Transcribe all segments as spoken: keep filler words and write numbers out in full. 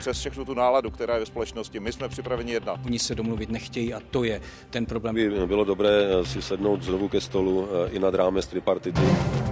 přes všechnu tu náladu, která je ve společnosti. My jsme připraveni jednat. Oni se domluvit nechtějí a to je ten problém. By bylo dobré si sednout znovu ke stolu i nad rámec tripartity.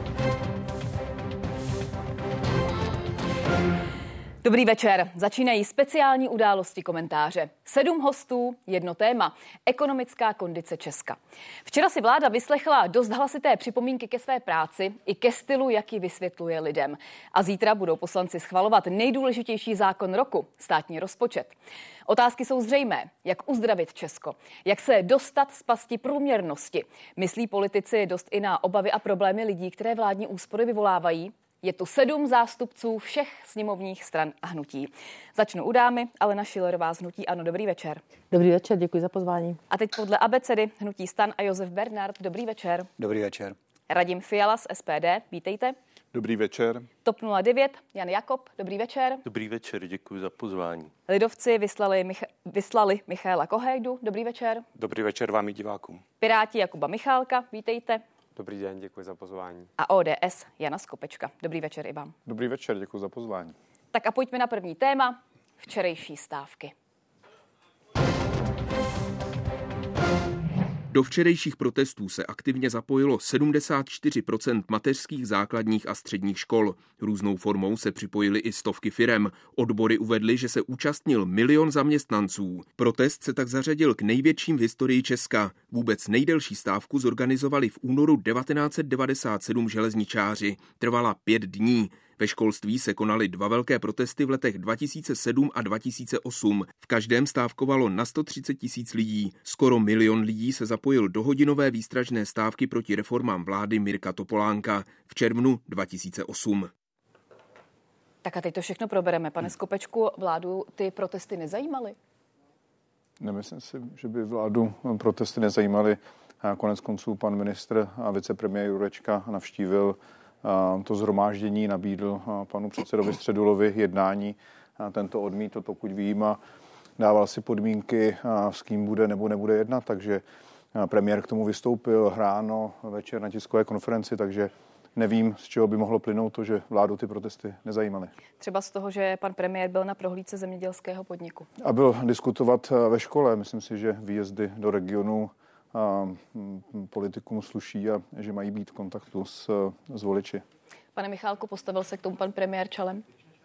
Dobrý večer. Začínají speciální události komentáře. Sedm hostů, jedno téma. Ekonomická kondice Česka. Včera si vláda vyslechla dost hlasité připomínky ke své práci i ke stylu, jak ji vysvětluje lidem. A zítra budou poslanci schvalovat nejdůležitější zákon roku, státní rozpočet. Otázky jsou zřejmé. Jak uzdravit Česko? Jak se dostat z pasti průměrnosti? Myslí politici dost i na obavy a problémy lidí, které vládní úspory vyvolávají? Je tu sedm zástupců všech sněmovních stran a hnutí. Začnu u dámy, Alena Schillerová z hnutí ANO. Dobrý večer. Dobrý večer, děkuji za pozvání. A teď podle abecedy hnutí STAN a Josef Bernard. Dobrý večer. Dobrý večer. Radim Fiala z S P D. Vítejte. Dobrý večer. TOP nula devět. Jan Jakob. Dobrý večer. Dobrý večer, děkuji za pozvání. Lidovci vyslali, Mich- vyslali Michaela Kohajdu. Dobrý večer. Dobrý večer vám i divákům. Piráti Jakuba Michálka. Vítejte. Dobrý den, děkuji za pozvání. A O D S Jana Skopečka. Dobrý večer i vám. Dobrý večer, děkuji za pozvání. Tak a pojďme na první téma. Včerejší stávky. Do včerejších protestů se aktivně zapojilo sedmdesát čtyři procent mateřských, základních a středních škol. Různou formou se připojily i stovky firem. Odbory uvedly, že se účastnil milion zaměstnanců. Protest se tak zařadil k největším v historii Česka. Vůbec nejdelší stávku zorganizovali v únoru devatenáct set devadesát sedm železničáři. Trvala pět dní. Ve školství se konaly dva velké protesty v letech dva tisíce sedm a dva tisíce osm. V každém stávkovalo na sto třicet tisíc lidí. Skoro milion lidí se zapojil do hodinové výstražné stávky proti reformám vlády Mirka Topolánka v červnu dva tisíce osm. Tak a teď to všechno probereme. Pane Skopečku, vládu ty protesty nezajímaly? Nemyslím si, že by vládu protesty nezajímaly. Konec konců pan ministr a vicepremiér Jurečka navštívil to shromáždění, nabídl panu předsedovi Středulovi jednání. Tento odmítl, pokud vím, a dával si podmínky, s kým bude nebo nebude jednat, takže premiér k tomu vystoupil ráno, večer na tiskové konferenci, takže nevím, z čeho by mohlo plynout to, že vládu ty protesty nezajímaly. Třeba z toho, že pan premiér byl na prohlídce zemědělského podniku. A byl diskutovat ve škole. Myslím si, že výjezdy do regionu a politikům sluší a že mají být v kontaktu s, s voliči. Pane Michálku, postavil se k tomu pan premiér čelem?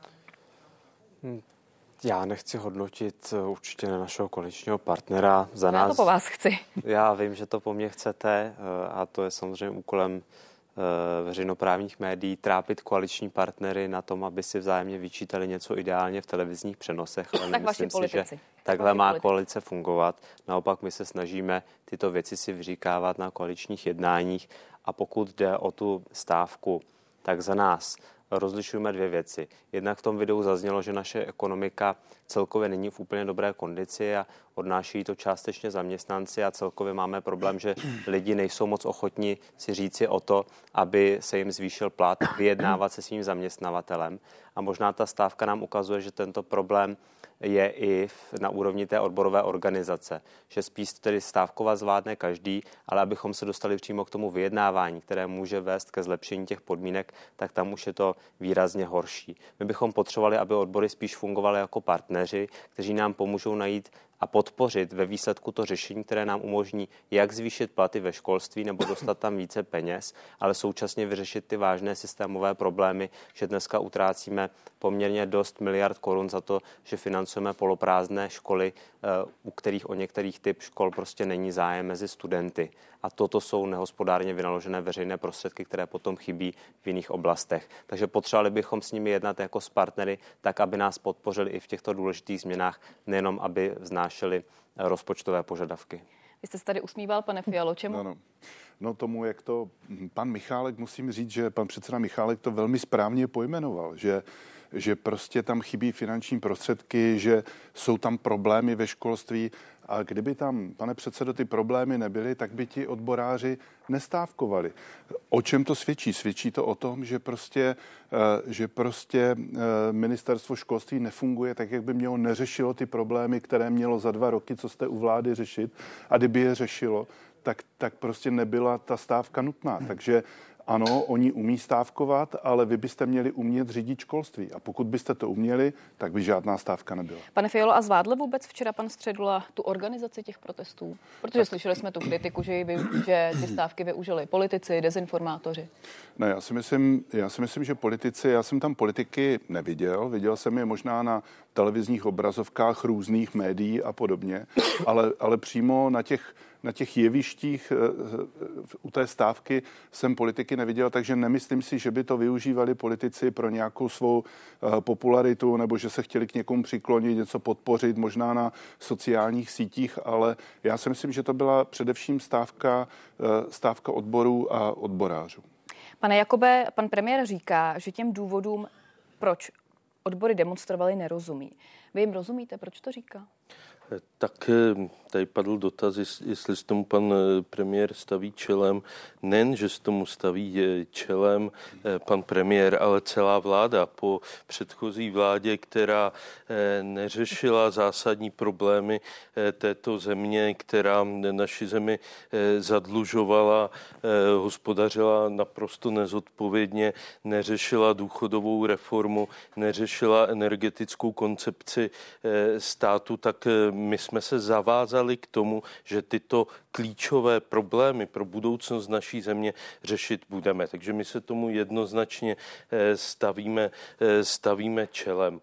Já nechci hodnotit určitě na našeho koaličního partnera. Za Já nás, to po vás chci. Já vím, že to po mně chcete a to je samozřejmě úkolem veřejnoprávních médií trápit koaliční partnery na tom, aby si vzájemně vyčítali něco ideálně v televizních přenosech. Ale tak vaši si, politici. že takhle vaši má politici. koalice fungovat. Naopak my se snažíme tyto věci si vyříkávat na koaličních jednáních a pokud jde o tu stávku, tak za nás rozlišujeme dvě věci. Jednak v tom videu zaznělo, že naše ekonomika celkově není v úplně dobré kondici a odnáší to částečně zaměstnanci a celkově máme problém, že lidi nejsou moc ochotní si říci o to, aby se jim zvýšil plat, vyjednávat se svým zaměstnavatelem. A možná ta stávka nám ukazuje, že tento problém je i na úrovni té odborové organizace, že spíš tedy stávkovat zvládne každý, ale abychom se dostali přímo k tomu vyjednávání, které může vést ke zlepšení těch podmínek, tak tam už je to výrazně horší. My bychom potřebovali, aby odbory spíš fungovaly jako partneři, kteří nám pomůžou najít a podpořit ve výsledku to řešení, které nám umožní jak zvýšit platy ve školství nebo dostat tam více peněz, ale současně vyřešit ty vážné systémové problémy, že dneska utrácíme poměrně dost miliard korun za to, že financujeme poloprázdné školy, u kterých o některých typ škol prostě není zájem mezi studenty. A toto jsou nehospodárně vynaložené veřejné prostředky, které potom chybí v jiných oblastech. Takže potřebovali bychom s nimi jednat jako s partnery, tak aby nás podpořili i v těchto důležitých změnách, nejenom aby vznášeli rozpočtové požadavky. Vy jste se tady usmíval, pane Fialo, čemu? No, no. no tomu, jak to pan Michálek, musím říct, že pan předseda Michálek to velmi správně pojmenoval, že že prostě tam chybí finanční prostředky, že jsou tam problémy ve školství a kdyby tam, pane předsedo, ty problémy nebyly, tak by ti odboráři nestávkovali. O čem to svědčí? Svědčí to o tom, že prostě, že prostě ministerstvo školství nefunguje tak, jak by mělo, neřešilo ty problémy, které mělo za dva roky, co jste u vlády řešit, a kdyby je řešilo, tak, tak prostě nebyla ta stávka nutná. Takže ano, oni umí stávkovat, ale vy byste měli umět řídit školství. A pokud byste to uměli, tak by žádná stávka nebyla. Pane Fialo, a zvládl vůbec včera pan Středula tu organizaci těch protestů? Protože tak slyšeli jsme tu kritiku, že, vy, že ty stávky využili politici, dezinformátoři. Ne, já si myslím, já si myslím, že politici, já jsem tam politiky neviděl, viděl jsem je možná na televizních obrazovkách různých médií a podobně, ale, ale přímo na těch Na těch jevištích u té stávky jsem politiky neviděl, takže nemyslím si, že by to využívali politici pro nějakou svou popularitu nebo že se chtěli k někomu přiklonit, něco podpořit, možná na sociálních sítích, ale já si myslím, že to byla především stávka, stávka odborů a odborářů. Pane Jakobe, pan premiér říká, že těm důvodům, proč odbory demonstrovali, nerozumí. Vy jim rozumíte, proč to říká? Tak tady padl dotaz, jestli se tomu pan premiér staví čelem. Nen, že se tomu staví čelem pan premiér, ale celá vláda. Po předchozí vládě, která neřešila zásadní problémy této země, která naši zemi zadlužovala, hospodařila naprosto nezodpovědně, neřešila důchodovou reformu, neřešila energetickou koncepci státu, tak my jsme se zavázali k tomu, že tyto klíčové problémy pro budoucnost naší země řešit budeme. Takže my se tomu jednoznačně stavíme, stavíme čelem.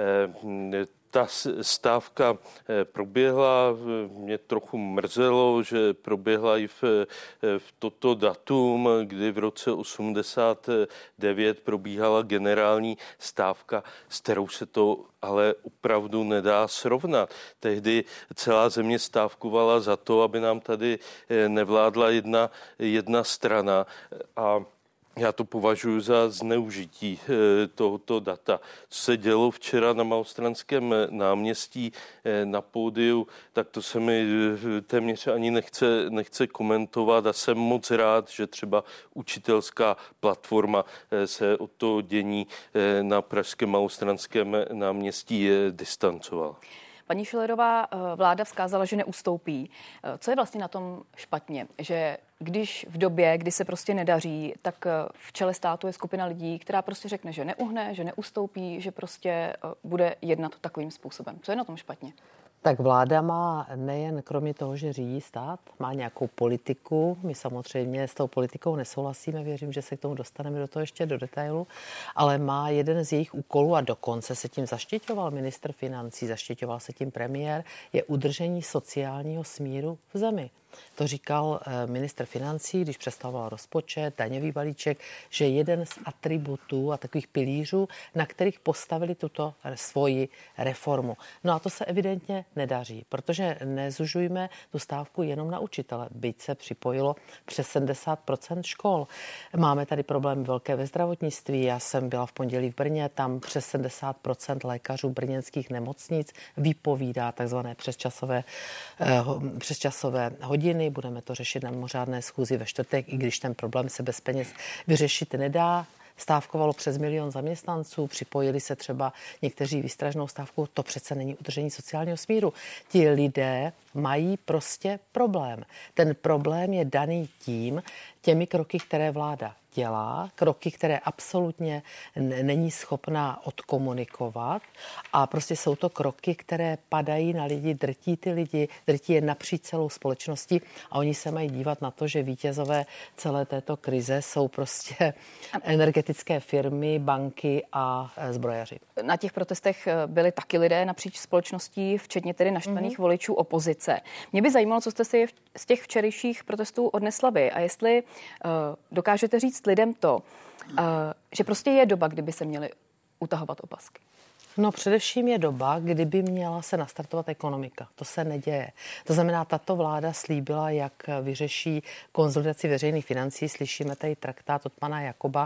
Ta stávka proběhla, mě trochu mrzelo, že proběhla i v, v toto datum, kdy v roce osmdesát devět probíhala generální stávka, s kterou se to ale opravdu nedá srovnat. Tehdy celá země stávkovala za to, aby nám tady nevládla jedna, jedna strana a já to považuji za zneužití tohoto data. Co se dělo včera na Malostranském náměstí na pódiu, tak to se mi téměř ani nechce, nechce komentovat a jsem moc rád, že třeba učitelská platforma se od toho dění na pražském Malostranském náměstí distancovala. Paní Schillerová, vláda vzkázala, že neustoupí. Co je vlastně na tom špatně? Že když v době, kdy se prostě nedaří, tak v čele státu je skupina lidí, která prostě řekne, že neuhne, že neustoupí, že prostě bude jednat takovým způsobem. Co je na tom špatně? Tak vláda má nejen kromě toho, že řídí stát, má nějakou politiku. My samozřejmě s tou politikou nesouhlasíme, věřím, že se k tomu dostaneme do toho ještě do detailu, ale má jeden z jejich úkolů a dokonce se tím zaštiťoval ministr financí, zaštiťoval se tím premiér, je udržení sociálního smíru v zemi. To říkal ministr financí, když představoval rozpočet, daňový balíček, že jeden z atributů a takových pilířů, na kterých postavili tuto svoji reformu. No a to se evidentně nedaří, protože nezužujme tu stávku jenom na učitele, byť se připojilo přes sedmdesát procent škol. Máme tady problémy velké ve zdravotnictví. Já jsem byla v pondělí v Brně, tam přes sedmdesát procent lékařů brněnských nemocnic vypovídá takzvané přesčasové, eh, přesčasové hodiny. Budeme to řešit na mimořádné schůzi ve čtvrtek, i když ten problém se bez peněz vyřešit nedá. Stávkovalo přes milion zaměstnanců, připojili se třeba někteří výstražnou stávkou. To přece není udržení sociálního smíru. Ti lidé mají prostě problém. Ten problém je daný tím, těmi kroky, které vláda dělá, kroky, které absolutně není schopná odkomunikovat a prostě jsou to kroky, které padají na lidi, drtí ty lidi, drtí je napříč celou společností a oni se mají dívat na to, že vítězové celé této krize jsou prostě energetické firmy, banky a zbrojaři. Na těch protestech byli taky lidé napříč společností, včetně tedy naštvaných mm-hmm. voličů opozice. Mě by zajímalo, co jste si z těch včerejších protestů odnesla vy a jestli uh, dokážete říct lidem to, uh, že prostě je doba, kdyby se měli utahovat opasky. No především je doba, kdyby měla se nastartovat ekonomika. To se neděje. To znamená, tato vláda slíbila, jak vyřeší konsolidaci veřejných financí. Slyšíme tady traktát od pana Jakoba,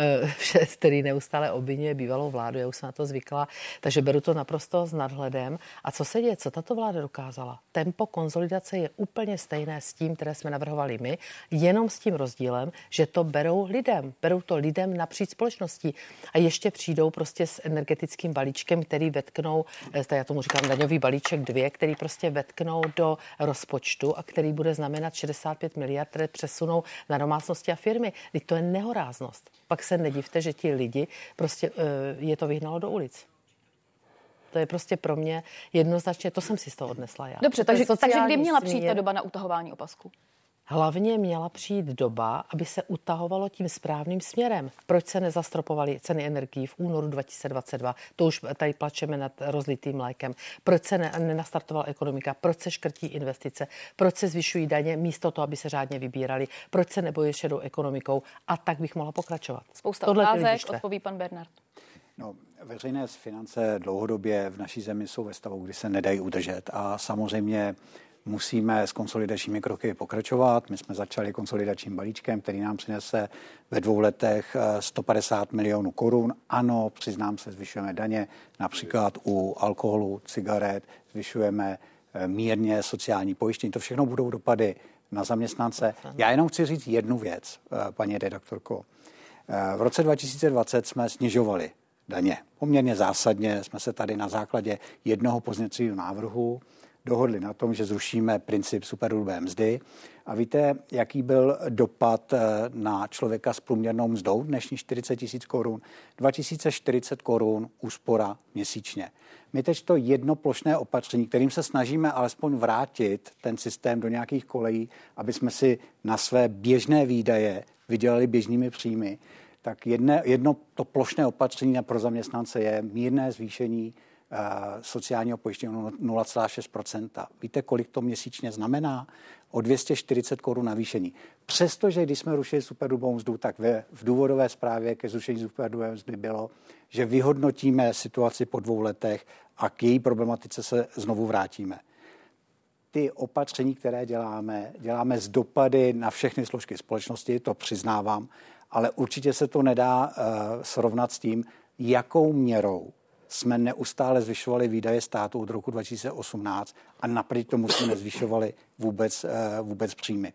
který neustále obviňuje bývalou vládu. Já už jsem na to zvykla, takže beru to naprosto s nadhledem. A co se děje? Co tato vláda dokázala? Tempo konsolidace je úplně stejné s tím, které jsme navrhovali my, jenom s tím rozdílem, že to berou lidem. Berou to lidem napříč společností. A ještě přijdou prostě s energetickým balíčkem, balíčkem, který vetknou, já tomu říkám daňový balíček dvě, který prostě vetknou do rozpočtu a který bude znamenat šedesát pět miliard, které přesunou na domácnosti a firmy. Teď to je nehoráznost. Pak se nedivte, že ti lidi prostě je to vyhnalo do ulic. To je prostě pro mě jednoznačně, to jsem si z toho odnesla já. Dobře, takže, takže kdy měla přijít ta doba na utahování opasku? Hlavně měla přijít doba, aby se utahovalo tím správným směrem. Proč se nezastropovaly ceny energií v únoru dva tisíce dvacet dva? To už tady plačeme nad rozlitým mlékem. Proč se ne, nenastartovala ekonomika? Proč se škrtí investice? Proč se zvyšují daně místo toho, aby se řádně vybíraly? Proč se nebojí šedou ekonomikou? A tak bych mohla pokračovat. Spousta otázek, odpoví pan Bernard. No, veřejné finance dlouhodobě v naší zemi jsou ve stavu, kdy se nedají udržet a samozřejmě musíme s konsolidačními kroky pokračovat. My jsme začali konsolidačním balíčkem, který nám přinese ve dvou letech sto padesát milionů korun. Ano, přiznám se, zvyšujeme daně, například u alkoholu, cigaret, zvyšujeme mírně sociální pojištění. To všechno budou dopady na zaměstnance. Já jenom chci říct jednu věc, paní redaktorko. V roce dva tisíce dvacet jsme snižovali daně. Poměrně zásadně jsme se tady na základě jednoho pozměňovacího návrhu dohodli na tom, že zrušíme princip superhrubé mzdy. A víte, jaký byl dopad na člověka s průměrnou mzdou dnešní čtyřicet tisíc korun? dva tisíce čtyřicet korun úspora měsíčně. My teď to jedno plošné opatření, kterým se snažíme alespoň vrátit ten systém do nějakých kolejí, aby jsme si na své běžné výdaje vydělali běžnými příjmy, tak jedne, jedno to plošné opatření pro zaměstnance je mírné zvýšení uh, sociálního pojištění nula celá šest procenta. Víte, kolik to měsíčně znamená? O dvě stě čtyřicet korun navýšení. Přestože, když jsme rušili superhrubou mzdu, tak ve, v důvodové zprávě ke zrušení superhrubé mzdy bylo, že vyhodnotíme situaci po dvou letech a k její problematice se znovu vrátíme. Ty opatření, které děláme, děláme z dopady na všechny složky společnosti, to přiznávám, ale určitě se to nedá uh, srovnat s tím, jakou měrou jsme neustále zvyšovali výdaje státu od roku dva tisíce osmnáct a naproti tomu jsme nezvyšovali vůbec, uh, vůbec příjmy.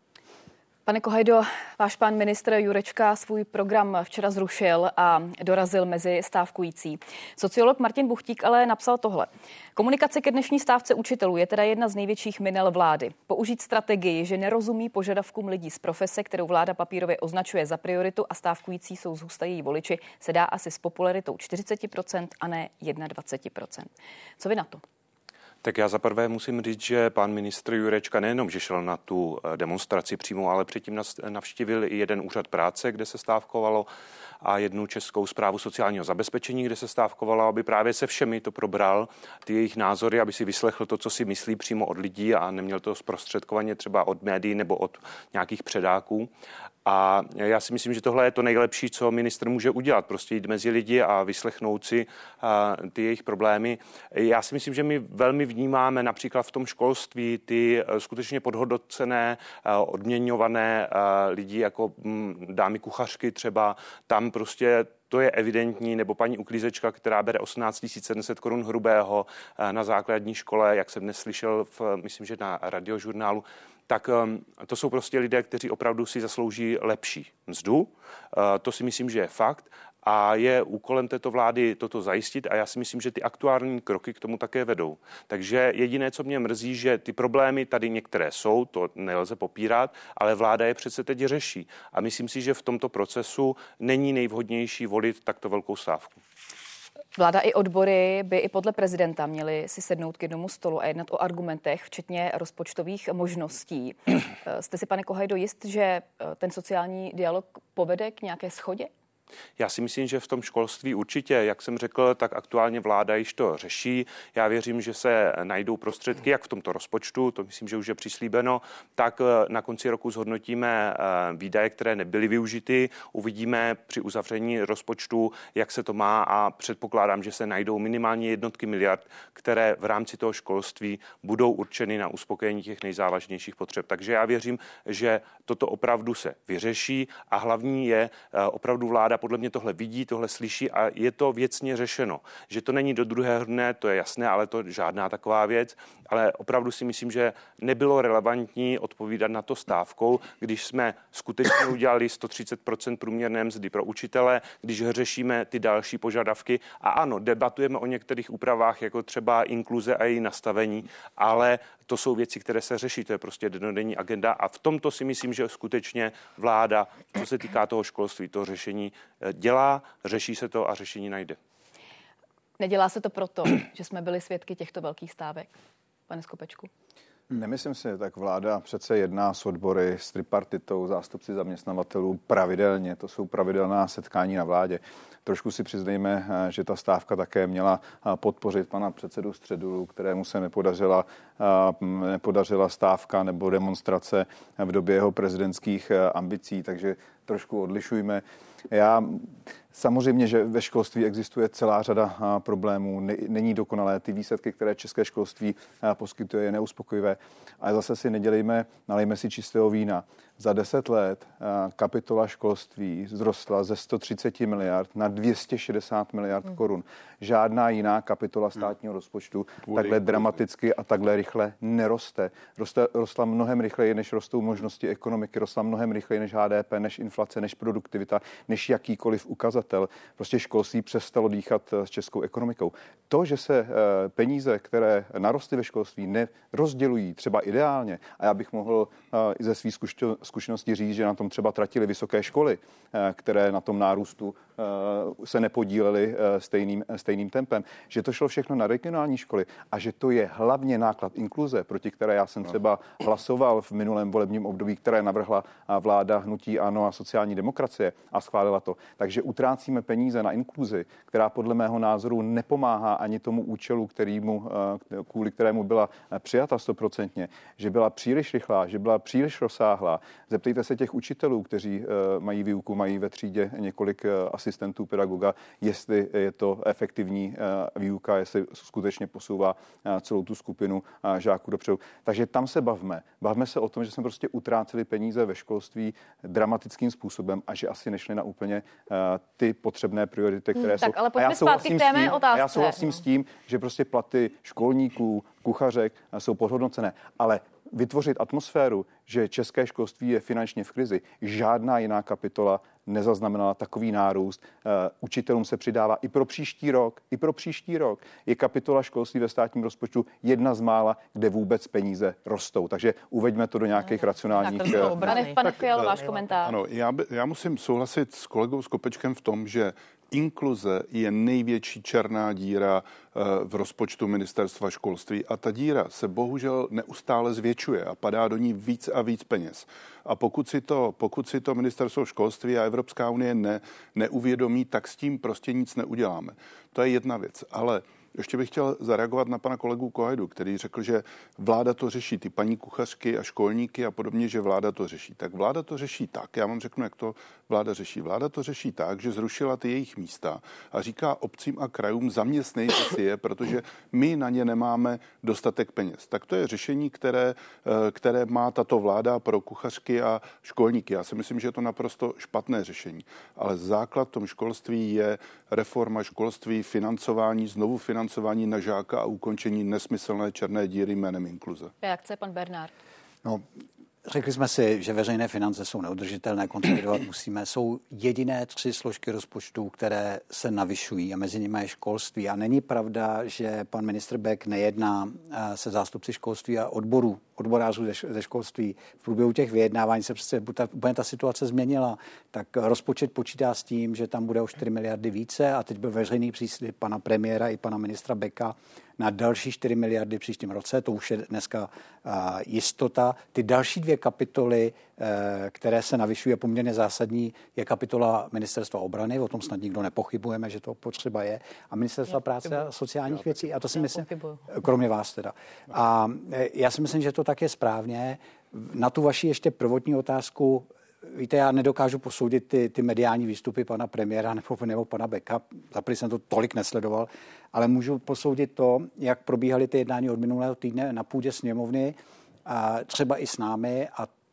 Pane Kohajdo, váš pan ministr Jurečka svůj program včera zrušil a dorazil mezi stávkující. Sociolog Martin Buchtík ale napsal tohle. Komunikace ke dnešní stávce učitelů je teda jedna z největších minel vlády. Použít strategii, že nerozumí požadavkům lidí z profese, kterou vláda papírově označuje za prioritu a stávkující jsou zhusta její voliči, se dá asi s popularitou čtyřicet procent a ne dvacet jedna procent. Co vy na to? Tak já zaprvé musím říct, že pan ministr Jurečka nejenom, že šel na tu demonstraci přímo, ale předtím navštívil i jeden úřad práce, kde se stávkovalo, a jednu Českou správu sociálního zabezpečení, kde se stávkovalo, aby právě se všemi to probral, ty jejich názory, aby si vyslechl to, co si myslí přímo od lidí a neměl to zprostředkovaně třeba od médií nebo od nějakých předáků. A já si myslím, že tohle je to nejlepší, co ministr může udělat, prostě jít mezi lidi a vyslechnout si uh, ty jejich problémy. Já si myslím, že my velmi vnímáme například v tom školství ty uh, skutečně podhodnocené, uh, odměňované uh, lidi, jako um, dámy kuchařky třeba, tam prostě to je evidentní, nebo paní uklízečka, která bere osmnáct tisíc sedm set korun hrubého na základní škole, jak jsem dnes slyšel, v, myslím, že na radiožurnálu, tak to jsou prostě lidé, kteří opravdu si zaslouží lepší mzdu. To si myslím, že je fakt. A je úkolem této vlády toto zajistit a já si myslím, že ty aktuální kroky k tomu také vedou. Takže jediné, co mě mrzí, že ty problémy tady některé jsou, to nelze popírat, ale vláda je přece teď řeší. A myslím si, že v tomto procesu není nejvhodnější volit takto velkou stávku. Vláda i odbory by i podle prezidenta měli si sednout k jednomu stolu a jednat o argumentech, včetně rozpočtových možností. Jste si, pane Kohajdo, jist, že ten sociální dialog povede k nějaké shodě? Já si myslím, že v tom školství určitě, jak jsem řekl, tak aktuálně vláda již to řeší. Já věřím, že se najdou prostředky, jak v tomto rozpočtu, to myslím, že už je přislíbeno, tak na konci roku zhodnotíme výdaje, které nebyly využity. Uvidíme při uzavření rozpočtu, jak se to má a předpokládám, že se najdou minimálně jednotky miliard, které v rámci toho školství budou určeny na uspokojení těch nejzávažnějších potřeb. Takže já věřím, že toto opravdu se vyřeší a hlavní je opravdu vláda podle mě tohle vidí, tohle slyší a je to věcně řešeno. Že to není do druhého dne, to je jasné, ale to žádná taková věc. Ale opravdu si myslím, že nebylo relevantní odpovídat na to stávkou, když jsme skutečně udělali sto třicet procent průměrné mzdy pro učitele, když řešíme ty další požadavky. A ano, debatujeme o některých úpravách, jako třeba inkluze a její nastavení, ale to jsou věci, které se řeší, to je prostě dennodenní agenda a v tomto si myslím, že skutečně vláda, co se týká toho školství, to řešení dělá, řeší se to a řešení najde. Nedělá se to proto, že jsme byli svědky těchto velkých stávek, pane Skopečku? Nemyslím si, tak vláda přece jedná s odbory, s tripartitou, zástupci zaměstnavatelů pravidelně, to jsou pravidelná setkání na vládě. Trošku si přiznejme, že ta stávka také měla podpořit pana předsedu Středulu, kterému se nepodařila, nepodařila stávka nebo demonstrace v době jeho prezidentských ambicí, takže trošku odlišujme. Já samozřejmě, že ve školství existuje celá řada problémů, není dokonalé, ty výsledky, které české školství poskytuje, je neuspokojivé, ale zase si nedělejme, nalejme si čistého vína. Za deset let kapitola školství vzrostla ze sto třicet miliard na dvě stě šedesát miliard hmm. korun. Žádná jiná kapitola státního rozpočtu Půjde. takhle dramaticky a takhle rychle neroste. Roste, rostla mnohem rychleji, než rostou možnosti ekonomiky, rostla mnohem rychleji než H D P, než inflace, než produktivita, než jakýkoliv ukazatel. Prostě školství přestalo dýchat s českou ekonomikou. To, že se peníze, které narostly ve školství, nerozdělují třeba ideálně, a já bych mohl i ze svých zkušeností říct, že na tom třeba tratily vysoké školy, které na tom nárůstu se nepodílely stejným, stejným tempem, že to šlo všechno na regionální školy a že to je hlavně náklad inkluze, proti které já jsem třeba hlasoval v minulém volebním období, které navrhla vláda hnutí ANO a sociální demokracie a schválila to. Takže utrácíme peníze na inkluzi, která podle mého názoru nepomáhá ani tomu účelu, kterýmu, kvůli kterému byla přijata stoprocentně, že byla příliš rychlá, že byla příliš rozsáhlá. Zeptejte se těch učitelů, kteří mají výuku, mají ve třídě několik asistentů pedagoga, jestli je to efektivní výuka, jestli skutečně posouvá celou tu skupinu žáků dopředu. Takže tam se bavme. Bavme se o tom, že jsme prostě utráceli peníze ve školství dramatickým způsobem a že asi nešli na úplně ty potřebné priority, které hmm, jsou. Tak ale pojďme zpátky k té mé otázce. Já souhlasím no. s tím, že prostě platy školníků, kuchařek jsou podhodnocené, ale vytvořit atmosféru, že české školství je finančně v krizi, žádná jiná kapitola nezaznamenala takový nárůst. Uh, učitelům se přidává i pro příští rok. I pro příští rok je kapitola školství ve státním rozpočtu jedna z mála, kde vůbec peníze rostou. Takže uveďme to do nějakých no, racionálních... Tak, pane, pane Fialo, váš komentář. Ano, já, by, já musím souhlasit s kolegou Skopečkem v tom, že inkluze je největší černá díra v rozpočtu ministerstva školství a ta díra se bohužel neustále zvětšuje a padá do ní víc a víc peněz. A pokud si to, pokud si to ministerstvo školství a Evropská unie ne, neuvědomí, tak s tím prostě nic neuděláme. To je jedna věc, ale ještě bych chtěl zareagovat na pana kolegu Kohajdu, který řekl, že vláda to řeší, ty paní kuchařky a školníky a podobně, že vláda to řeší. Tak vláda to řeší tak, já vám řeknu, jak to vláda řeší. Vláda to řeší tak, že zrušila ty jejich místa a říká obcím a krajům, zaměstnejte si je, protože my na ně nemáme dostatek peněz. Tak to je řešení, které, které má tato vláda pro kuchařky a školníky. Já si myslím, že je to naprosto špatné řešení. Ale základ v tom školství je reforma školství, financování, znovu financování financování na žáka a ukončení nesmyslné černé díry jménem inkluze. Reakce, pan Bernard. No, řekli jsme si, že veřejné finance jsou neudržitelné, konsolidovat musíme. Jsou jediné tři složky rozpočtu, které se navyšují a mezi nimi je školství. A není pravda, že pan ministr Bek nejedná se zástupci školství a odborů, odborářů ze školství. V průběhu těch vyjednávání se přece úplně ta situace změnila. Tak rozpočet počítá s tím, že tam bude o čtyři miliardy více a teď byl veřejný příslib pana premiéra i pana ministra Beka na další čtyři miliardy v příštím roce. To už je dneska uh, jistota. Ty další dvě kapitoly, uh, které se navyšují, poměrně zásadní, je kapitola ministerstva obrany. O tom snad nikdo nepochybujeme, že to potřeba je. A ministerstva já práce pochybuji. A sociálních věcí. A to si já myslím, pochybuji. Kromě vás teda. A uh, já si myslím, že to tak je správně. Na tu vaši ještě prvotní otázku, víte, já nedokážu posoudit ty, ty mediální výstupy pana premiéra nebo, nebo pana Beka, zaprvé jsem to tolik nesledoval, ale můžu posoudit to, jak probíhaly ty jednání od minulého týdne na půdě sněmovny, a třeba i s námi, a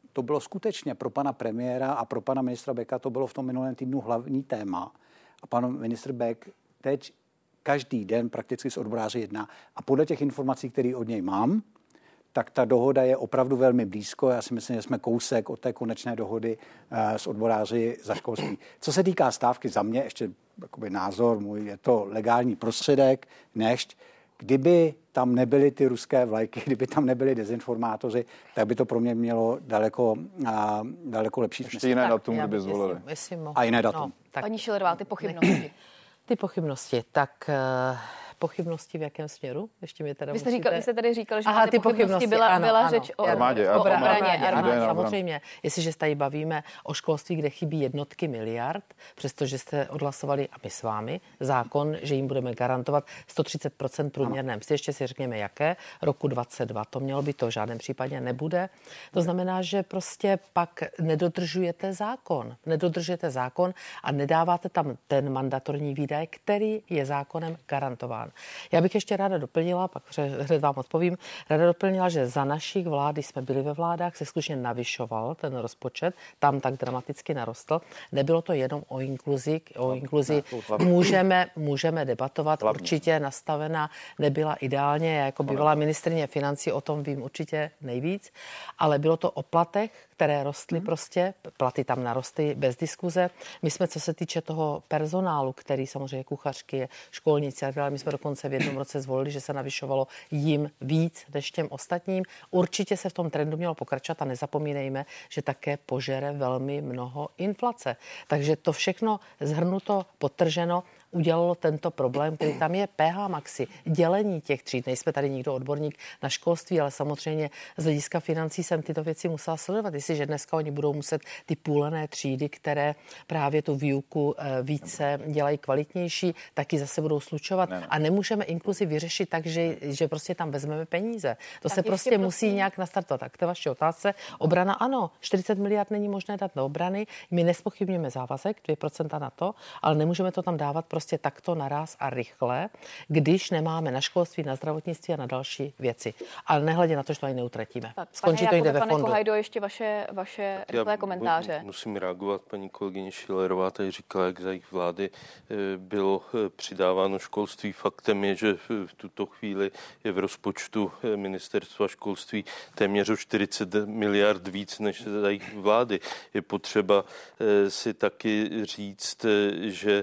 to bylo skutečně pro pana premiéra a pro pana ministra Beka, to bylo v tom minulém týdnu hlavní téma. A pan ministr Bek teď každý den prakticky s odboráři jedná. A podle těch informací, které od něj mám, tak ta dohoda je opravdu velmi blízko. Já si myslím, že jsme kousek od té konečné dohody uh, s odboráři za školství. Co se týká stávky, za mě ještě jakoby názor můj, je to legální prostředek, nešť kdyby tam nebyly ty ruské vlajky, kdyby tam nebyli dezinformátoři, tak by to pro mě mělo daleko, a, daleko lepší smysl. Ještě jiné datum, kdyby zvolili. Jestli, jestli mohu. A jiné datum. No, tak. Paní Schillerová, ty pochybnosti. Ty pochybnosti, tak uh, pochybnosti v jakém směru? Ještě mi teda vy, jste musíte... říkal, vy jste tady říkal, že Aha, ty ty pochybnosti, pochybnosti byla, ano, byla ano. řeč o armádě. O Armádě, armádě, armádě, samozřejmě. Jestliže se tady bavíme o školství, kde chybí jednotky miliard, přestože jste odhlasovali, a my s vámi, zákon, že jim budeme garantovat sto třicet procent průměrné mzdy, ještě si řekněme jaké, roku dvacet dva, to mělo by to v žádném případě nebude. To znamená, že prostě pak nedodržujete zákon. Nedodržujete zákon a nedáváte tam ten mandatorní výdaj, který je zákonem garantován. Já bych ještě ráda doplnila, pak hned vám odpovím, ráda doplnila, že za našich vlád, když jsme byli ve vládách, se skutečně navyšoval ten rozpočet, tam tak dramaticky narostl. Nebylo to jenom o inkluzi, o inkluzi můžeme, můžeme debatovat, určitě nastavená nebyla ideálně, já jako bývalá ministryně financí o tom vím určitě nejvíc, ale bylo to o platech, které rostly prostě, platy tam narostly bez diskuze. My jsme, co se týče toho personálu, který samozřejmě kuchařky, školníci, ale my jsme dokonce v jednom roce zvolili, že se navyšovalo jim víc než těm ostatním. Určitě se v tom trendu mělo pokračovat a nezapomínejme, že také požere velmi mnoho inflace. Takže to všechno zhrnuto, podtrženo, udělalo tento problém, který tam je P H maxi, dělení těch tříd. Nejsme tady nikdo odborník na školství, ale samozřejmě z hlediska financí jsem tyto věci musela sledovat. Jestliže dneska oni budou muset ty půlené třídy, které právě tu výuku více dělají kvalitnější, taky zase budou slučovat. Ne, ne. A nemůžeme inkluzi vyřešit tak, že, že prostě tam vezmeme peníze. To tak se prostě prosím. musí nějak nastartovat. Tak to je vaše otázce. Obrana ano, čtyřicet miliard není možné dát na obrany. My nespochybňujeme závazek dvě procenta na to, ale nemůžeme to tam dávat prostě takto naraz a rychle, když nemáme na školství, na zdravotnictví a na další věci. Ale nehledě na to, že to ani neutratíme. Tak, Skončí to jde ve fondu. Pane Kohajdo, ještě vaše, vaše rychlé komentáře. Musím reagovat, paní kolegyně Schillerová tady říkala, jak za jejich vlády bylo přidáváno školství. Faktem je, že v tuto chvíli je v rozpočtu ministerstva školství téměř o čtyřicet miliard víc než za jejich vlády. Je potřeba si taky říct, že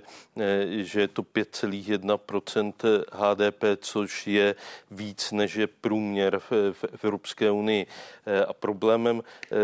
že je to pět celá jedna procenta H D P, což je víc, než je průměr v, v Evropské unii. A problémem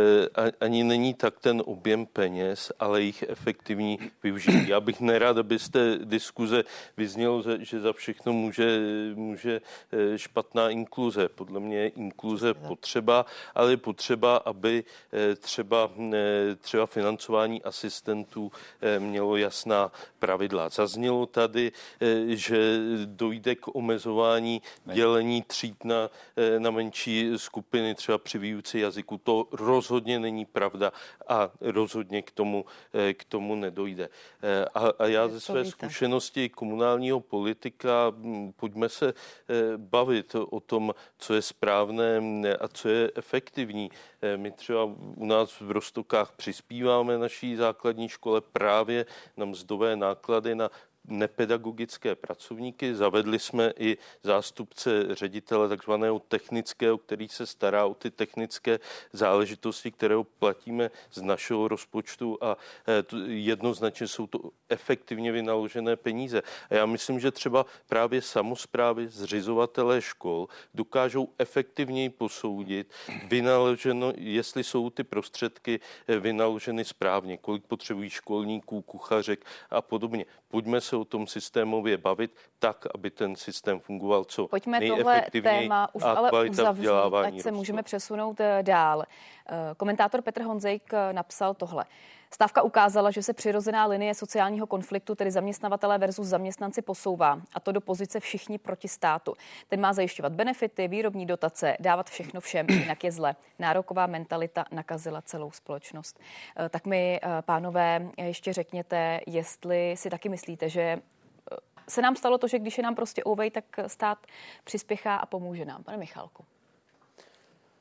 ani není tak ten objem peněz, ale jejich efektivní využití. Já bych nerad, abyste diskuze vyznělo, že za všechno může, může špatná inkluze. Podle mě je inkluze potřeba, ale je potřeba, aby třeba, třeba financování asistentů mělo jasná pravidla. Zaznělo tady, že dojde k omezování dělení tříd na, na menší skupiny, třeba při výuce jazyku. To rozhodně není pravda a rozhodně k tomu, k tomu nedojde. A, a já ze své zkušenosti komunálního politika, pojďme se bavit o tom, co je správné a co je efektivní. My třeba u nás v Roztokách přispíváme naší základní škole právě na mzdové náklady na nepedagogické pracovníky. Zavedli jsme i zástupce ředitele takzvaného technického, který se stará o ty technické záležitosti, které platíme z našeho rozpočtu a jednoznačně jsou to efektivně vynaložené peníze. A já myslím, že třeba právě samosprávy, zřizovatelé škol dokážou efektivněji posoudit, vynaloženo, jestli jsou ty prostředky vynaloženy správně, kolik potřebují školníků, kuchařek a podobně. Pojďme se o tom systémově bavit tak, aby ten systém fungoval co Pojďme nejefektivněji tohle téma už a ale kvalita uzavřít, vzdělávání ať se rostla. můžeme přesunout dál. Komentátor Petr Honzejk napsal tohle. Stávka ukázala, že se přirozená linie sociálního konfliktu, tedy zaměstnavatelé versus zaměstnanci, posouvá, a to do pozice všichni proti státu. Ten má zajišťovat benefity, výrobní dotace, dávat všechno všem, jinak je zle. Nároková mentalita nakazila celou společnost. Tak mi, pánové, ještě řekněte, jestli si taky myslíte, že se nám stalo to, že když je nám prostě ouvej, tak stát přispěchá a pomůže nám. Pane Michálku.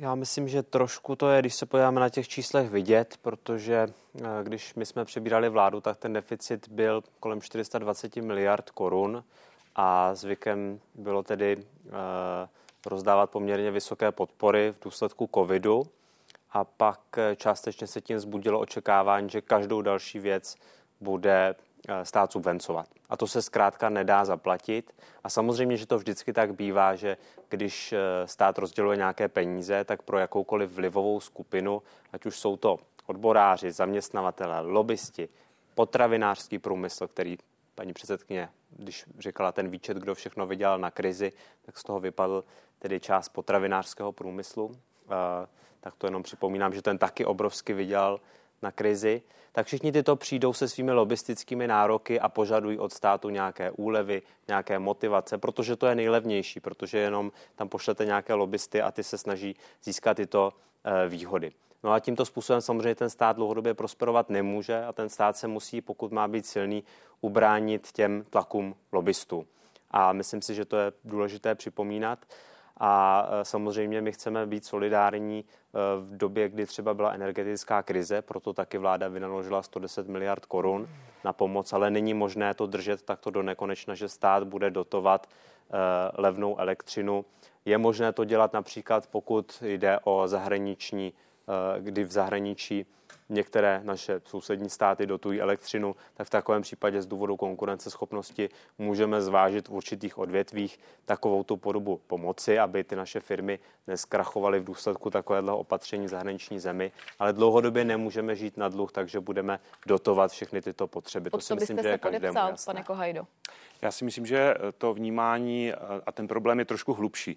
Já myslím, že trošku to je, když se podíváme na těch číslech vidět, protože když my jsme přebírali vládu, tak ten deficit byl kolem čtyři sta dvacet miliard korun a zvykem bylo tedy uh, rozdávat poměrně vysoké podpory v důsledku covidu a pak částečně se tím vzbudilo očekávání, že každou další věc bude stát subvencovat. A to se zkrátka nedá zaplatit. A samozřejmě, že to vždycky tak bývá, že když stát rozděluje nějaké peníze, tak pro jakoukoliv vlivovou skupinu, ať už jsou to odboráři, zaměstnavatele, lobbysti, potravinářský průmysl, který paní předsedkyně, když říkala ten výčet, kdo všechno vydělal na krizi, tak z toho vypadl tedy část potravinářského průmyslu. Tak to jenom připomínám, že ten taky obrovsky vydělal na krizi, tak všichni tyto přijdou se svými lobistickými nároky a požadují od státu nějaké úlevy, nějaké motivace, protože to je nejlevnější, protože jenom tam pošlete nějaké lobbysty a ty se snaží získat tyto e, výhody. No a tímto způsobem samozřejmě ten stát dlouhodobě prosperovat nemůže a ten stát se musí, pokud má být silný, ubránit těm tlakům lobbystů. A myslím si, že to je důležité připomínat. A samozřejmě my chceme být solidární v době, kdy třeba byla energetická krize, proto taky vláda vynaložila sto deset miliard korun na pomoc, ale není možné to držet takto do nekonečna, že stát bude dotovat levnou elektřinu. Je možné to dělat například, pokud jde o zahraniční, kdy v zahraničí některé naše sousední státy dotují elektřinu, tak v takovém případě z důvodu konkurenceschopnosti můžeme zvážit v určitých odvětvích takovou tu podobu pomoci, aby ty naše firmy neskrachovaly v důsledku takového opatření v zahraniční zemi, ale dlouhodobě nemůžeme žít na dluh, takže budeme dotovat všechny tyto potřeby. Pod to si myslím, že je každému jasné. Pane Kohajdo? Já si myslím, že to vnímání a ten problém je trošku hlubší.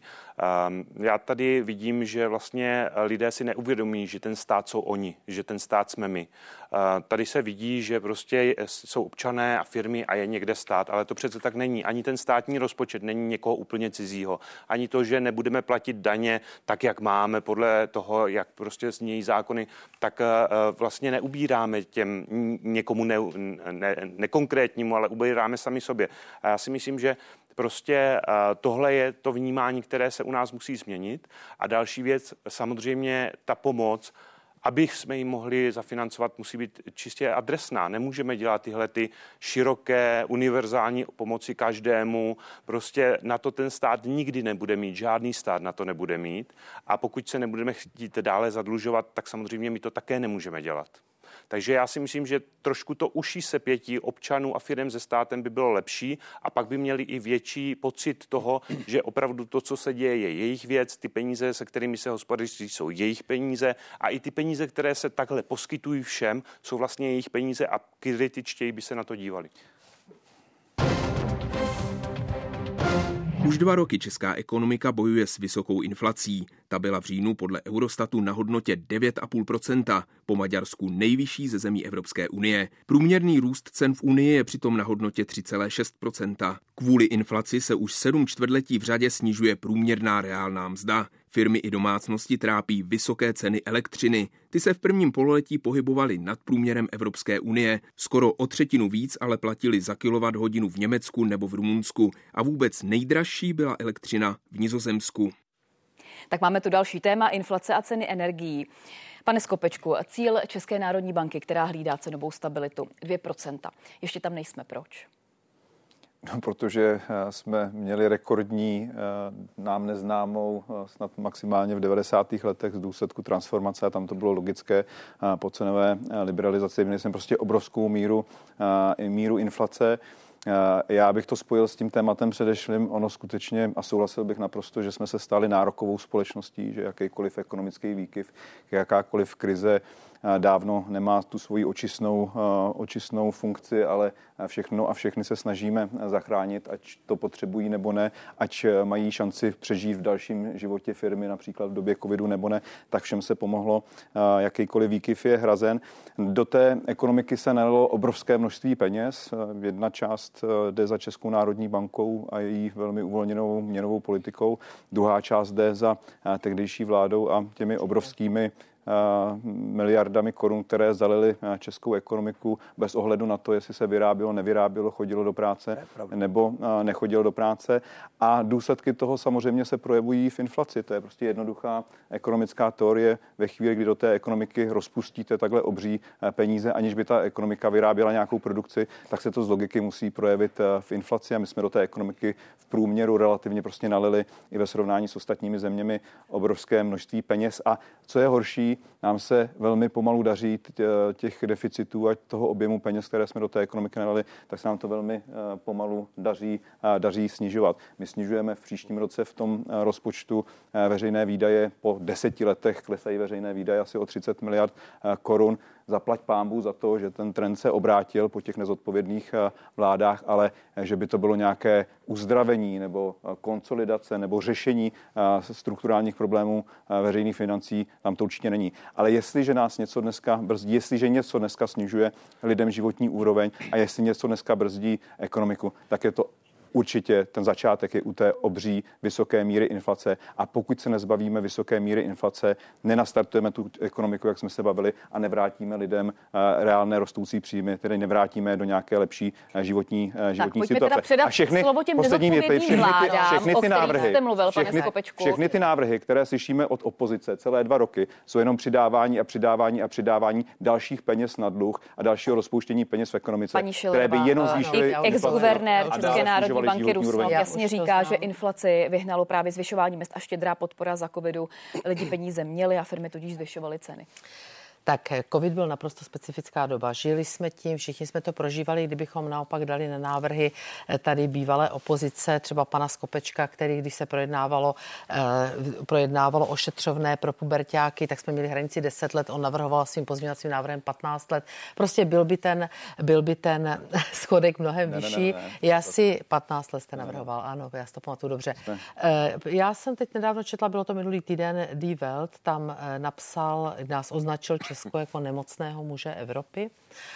Já tady vidím, že vlastně lidé si neuvědomí, že ten stát jsou oni, že ten stát jsme my. Tady se vidí, že prostě jsou občané a firmy a je někde stát, ale to přece tak není. Ani ten státní rozpočet není někoho úplně cizího. Ani to, že nebudeme platit daně tak, jak máme, podle toho, jak prostě znějí zákony, tak vlastně neubíráme těm někomu ne, ne, nekonkrétnímu, ale ubíráme sami sobě. A já si myslím, že prostě tohle je to vnímání, které se u nás musí změnit. A další věc, samozřejmě ta pomoc, aby jsme ji mohli zafinancovat, musí být čistě adresná. Nemůžeme dělat tyhle ty široké, univerzální pomoci každému. Prostě na to ten stát nikdy nebude mít, žádný stát na to nebude mít. A pokud se nebudeme chtít dále zadlužovat, tak samozřejmě my to také nemůžeme dělat. Takže já si myslím, že trošku to užší sepětí občanů a firem se státem by bylo lepší a pak by měli i větší pocit toho, že opravdu to, co se děje, je jejich věc, ty peníze, se kterými se hospodaří, jsou jejich peníze a i ty peníze, které se takhle poskytují všem, jsou vlastně jejich peníze a kritičtěji by se na to dívali. Už dva roky česká ekonomika bojuje s vysokou inflací. Ta byla v říjnu podle Eurostatu na hodnotě devět celá pět procenta, po Maďarsku nejvyšší ze zemí Evropské unie. Průměrný růst cen v Unii je přitom na hodnotě tři celá šest procenta. Kvůli inflaci se už sedm čtvrtletí v řadě snižuje průměrná reálná mzda. Firmy i domácnosti trápí vysoké ceny elektřiny. Ty se v prvním pololetí pohybovaly nad průměrem Evropské unie. Skoro o třetinu víc ale platili za kilowatthodinu v Německu nebo v Rumunsku. A vůbec nejdražší byla elektřina v Nizozemsku. Tak máme tu další téma, inflace a ceny energií. Pane Skopečku, cíl České národní banky, která hlídá cenovou stabilitu, dvě procenta. Ještě tam nejsme. Proč? No, protože jsme měli rekordní, nám neznámou, snad maximálně v devadesátých letech z důsledku transformace a tam to bylo logické po cenové liberalizaci. Měli jsme prostě obrovskou míru, míru inflace. Já bych to spojil s tím tématem předešlým. Ono skutečně, a souhlasil bych naprosto, že jsme se stali nárokovou společností, že jakýkoliv ekonomický výkyv, jakákoliv krize dávno nemá tu svoji očistnou, očistnou funkci, ale všechno a všechny se snažíme zachránit, ať to potřebují nebo ne, ať mají šanci přežít v dalším životě firmy, například v době covidu nebo ne, tak všem se pomohlo, jakýkoliv výkyv je hrazen. Do té ekonomiky se nalilo obrovské množství peněz. Jedna část jde za Českou národní bankou a její velmi uvolněnou měnovou politikou, druhá část jde za tehdejší vládou a těmi obrovskými miliardami korun, které zalily českou ekonomiku bez ohledu na to, jestli se vyrábělo, nevyrábělo, chodilo do práce nebo nechodilo do práce. A důsledky toho samozřejmě se projevují v inflaci. To je prostě jednoduchá ekonomická teorie. Ve chvíli, kdy do té ekonomiky rozpustíte takhle obří peníze, aniž by ta ekonomika vyráběla nějakou produkci, tak se to z logiky musí projevit v inflaci. A my jsme do té ekonomiky v průměru relativně prostě nalili i ve srovnání s ostatními zeměmi obrovské množství peněz. A co je horší, nám se velmi pomalu daří těch deficitů a toho objemu peněz, které jsme do té ekonomiky nalili, tak se nám to velmi pomalu daří, daří snižovat. My snižujeme v příštím roce v tom rozpočtu veřejné výdaje, po deseti letech klesají veřejné výdaje asi o třicet miliard korun. Zaplať pánbůh za to, že ten trend se obrátil po těch nezodpovědných vládách, ale že by to bylo nějaké uzdravení nebo konsolidace nebo řešení strukturálních problémů veřejných financí, tam to určitě není. Ale jestliže nás něco dneska brzdí, jestliže něco dneska snižuje lidem životní úroveň a jestli něco dneska brzdí ekonomiku, tak je to určitě ten začátek je u té obří vysoké míry inflace a pokud se nezbavíme vysoké míry inflace, nenastartujeme tu ekonomiku, jak jsme se bavili, a nevrátíme lidem reálné rostoucí příjmy, tedy nevrátíme do nějaké lepší životní, životní tak, situace. A všechny poslední věty, všechny, vládám, všechny ty návrhy, jste mluvil, všechny, všechny ty návrhy, které slyšíme od opozice celé dva roky, jsou jenom přidávání a přidávání a přidávání dalších peněz na dluh a dalšího rozpouštění peněz v ekonomice, které by jenom zvýšily ex-guvernér České národní banky Rusnok jasně říká, že inflaci vyhnalo právě zvyšování mezd a štědrá podpora za covidu. Lidi peníze měli a firmy tudíž zvyšovaly ceny. Tak covid byl naprosto specifická doba. Žili jsme tím, všichni jsme to prožívali, kdybychom naopak dali na návrhy tady bývalé opozice, třeba pana Skopečka, který, když se projednávalo, eh, projednávalo ošetřovné pro puberťáky, tak jsme měli hranici deset let, on navrhoval svým pozměňovacím návrhem patnáct let. Prostě byl by ten, byl by ten schodek mnohem ne, vyšší. Ne, ne, ne, já si patnáct let jste navrhoval, ne, ano, já si to pamatuju dobře. Eh, já jsem teď nedávno četla, bylo to minulý týden, Die Welt, tam eh, napsal, nás označil Česko jako nemocného muže Evropy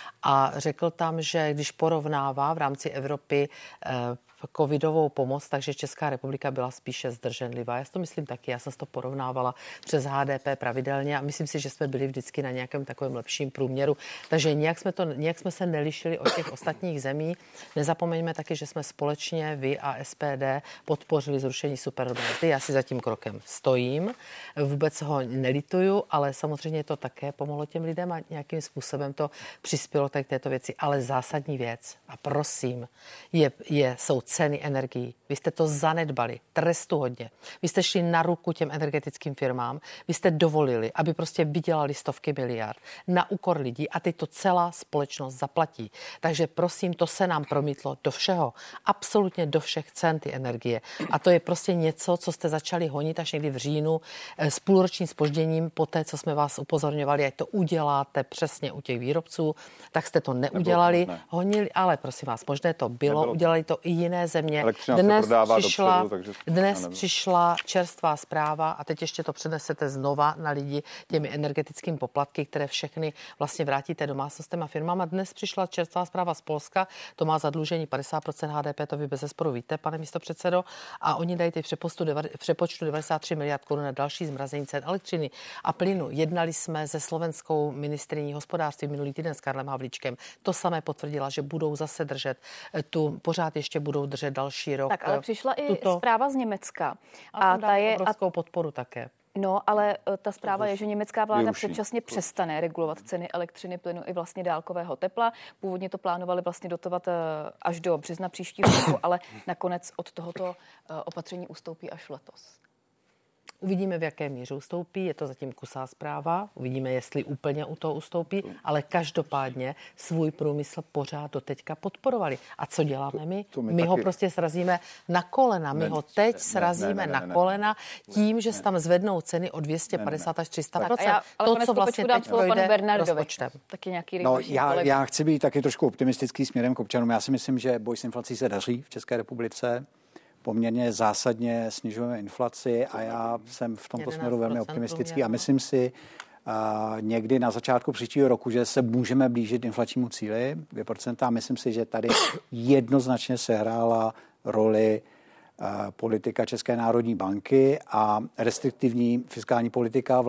a řekl tam, že když porovnává v rámci Evropy eh, covidovou pomoc, takže Česká republika byla spíše zdrženlivá. Já si to myslím taky, já jsem to porovnávala přes H D P pravidelně a myslím si, že jsme byli vždycky na nějakém takovém lepším průměru. Takže nějak jsme, to, nějak jsme se nelišili od těch ostatních zemí. Nezapomeňme taky, že jsme společně, vy a S P D, podpořili zrušení superhrubé. Já si za tím krokem stojím, vůbec ho nelituju, ale samozřejmě to také pomohlo těm lidem a nějakým způsobem to přispělo k této věci. Ale zásadní věc, a prosím, je, je, jsou ceny energií. Vy jste to zanedbali, trestu hodně. Vy jste šli na ruku těm energetickým firmám, vy jste dovolili, aby prostě vydělali stovky miliard na úkor lidí a teď to celá společnost zaplatí. Takže prosím, to se nám promítlo do všeho, absolutně do všech cen ty energie. A to je prostě něco, co jste začali honit až někdy v říjnu s půlročním zpožděním po té, co jsme vás upozorňovali, ať to uděláte přesně u těch výrobců, tak jste to neudělali, ne. honili, ale prosím vás, možné to bylo, Nebylo. udělali to i jiné země. Dnes, přišla, dopředu, takže... dnes přišla čerstvá zpráva a teď ještě to přenesete znova na lidi těmi energetickými poplatky, které všechny vlastně vrátíte domácnostem a firmám. A dnes přišla čerstvá zpráva z Polska, to má zadlužení padesát procent H D P, to vy bezesporu víte, pane místopředsedo, a oni dají teď v přepočtu devadesát tři miliard korun na další zmrazení cen elektřiny a plynu. Jednali jsme se slovenskou ministryní hospodářství minulý týden s Karlem Havlíčkem. To samé potvrdila, že budou zase držet tu, pořád ještě budou držet další rok. Tak ale přišla i tuto... zpráva z Německa. A, a ta je obrovskou podporu také. No, ale ta zpráva je, že německá vláda předčasně přestane regulovat ceny elektřiny, plynu i vlastně dálkového tepla. Původně to plánovali vlastně dotovat až do března příštího roku, ale nakonec od tohoto opatření ustoupí až letos. Uvidíme, v jaké míře ustoupí, je to zatím kusá zpráva, uvidíme, jestli úplně u toho ustoupí, ale každopádně svůj průmysl pořád doteďka podporovali. A co děláme my? To, to my my taky... ho prostě srazíme na kolena, my ne, ho teď ne, srazíme ne, ne, ne, ne, na kolena tím, že se tam zvednou ceny o dvě stě padesát až tři sta procent. To, co vlastně teď projde rozpočtem. Taky nějaký no, já, já chci být taky trošku optimistický směrem k občanům. Já si myslím, že boj s inflací se daří v České republice. Poměrně zásadně snižujeme inflaci a já jsem v tomto směru velmi optimistický a myslím si a někdy na začátku příštího roku, že se můžeme blížit inflačnímu cíli dvě procenta a myslím si, že tady jednoznačně sehrála roli politika České národní banky a restriktivní fiskální politika vlády.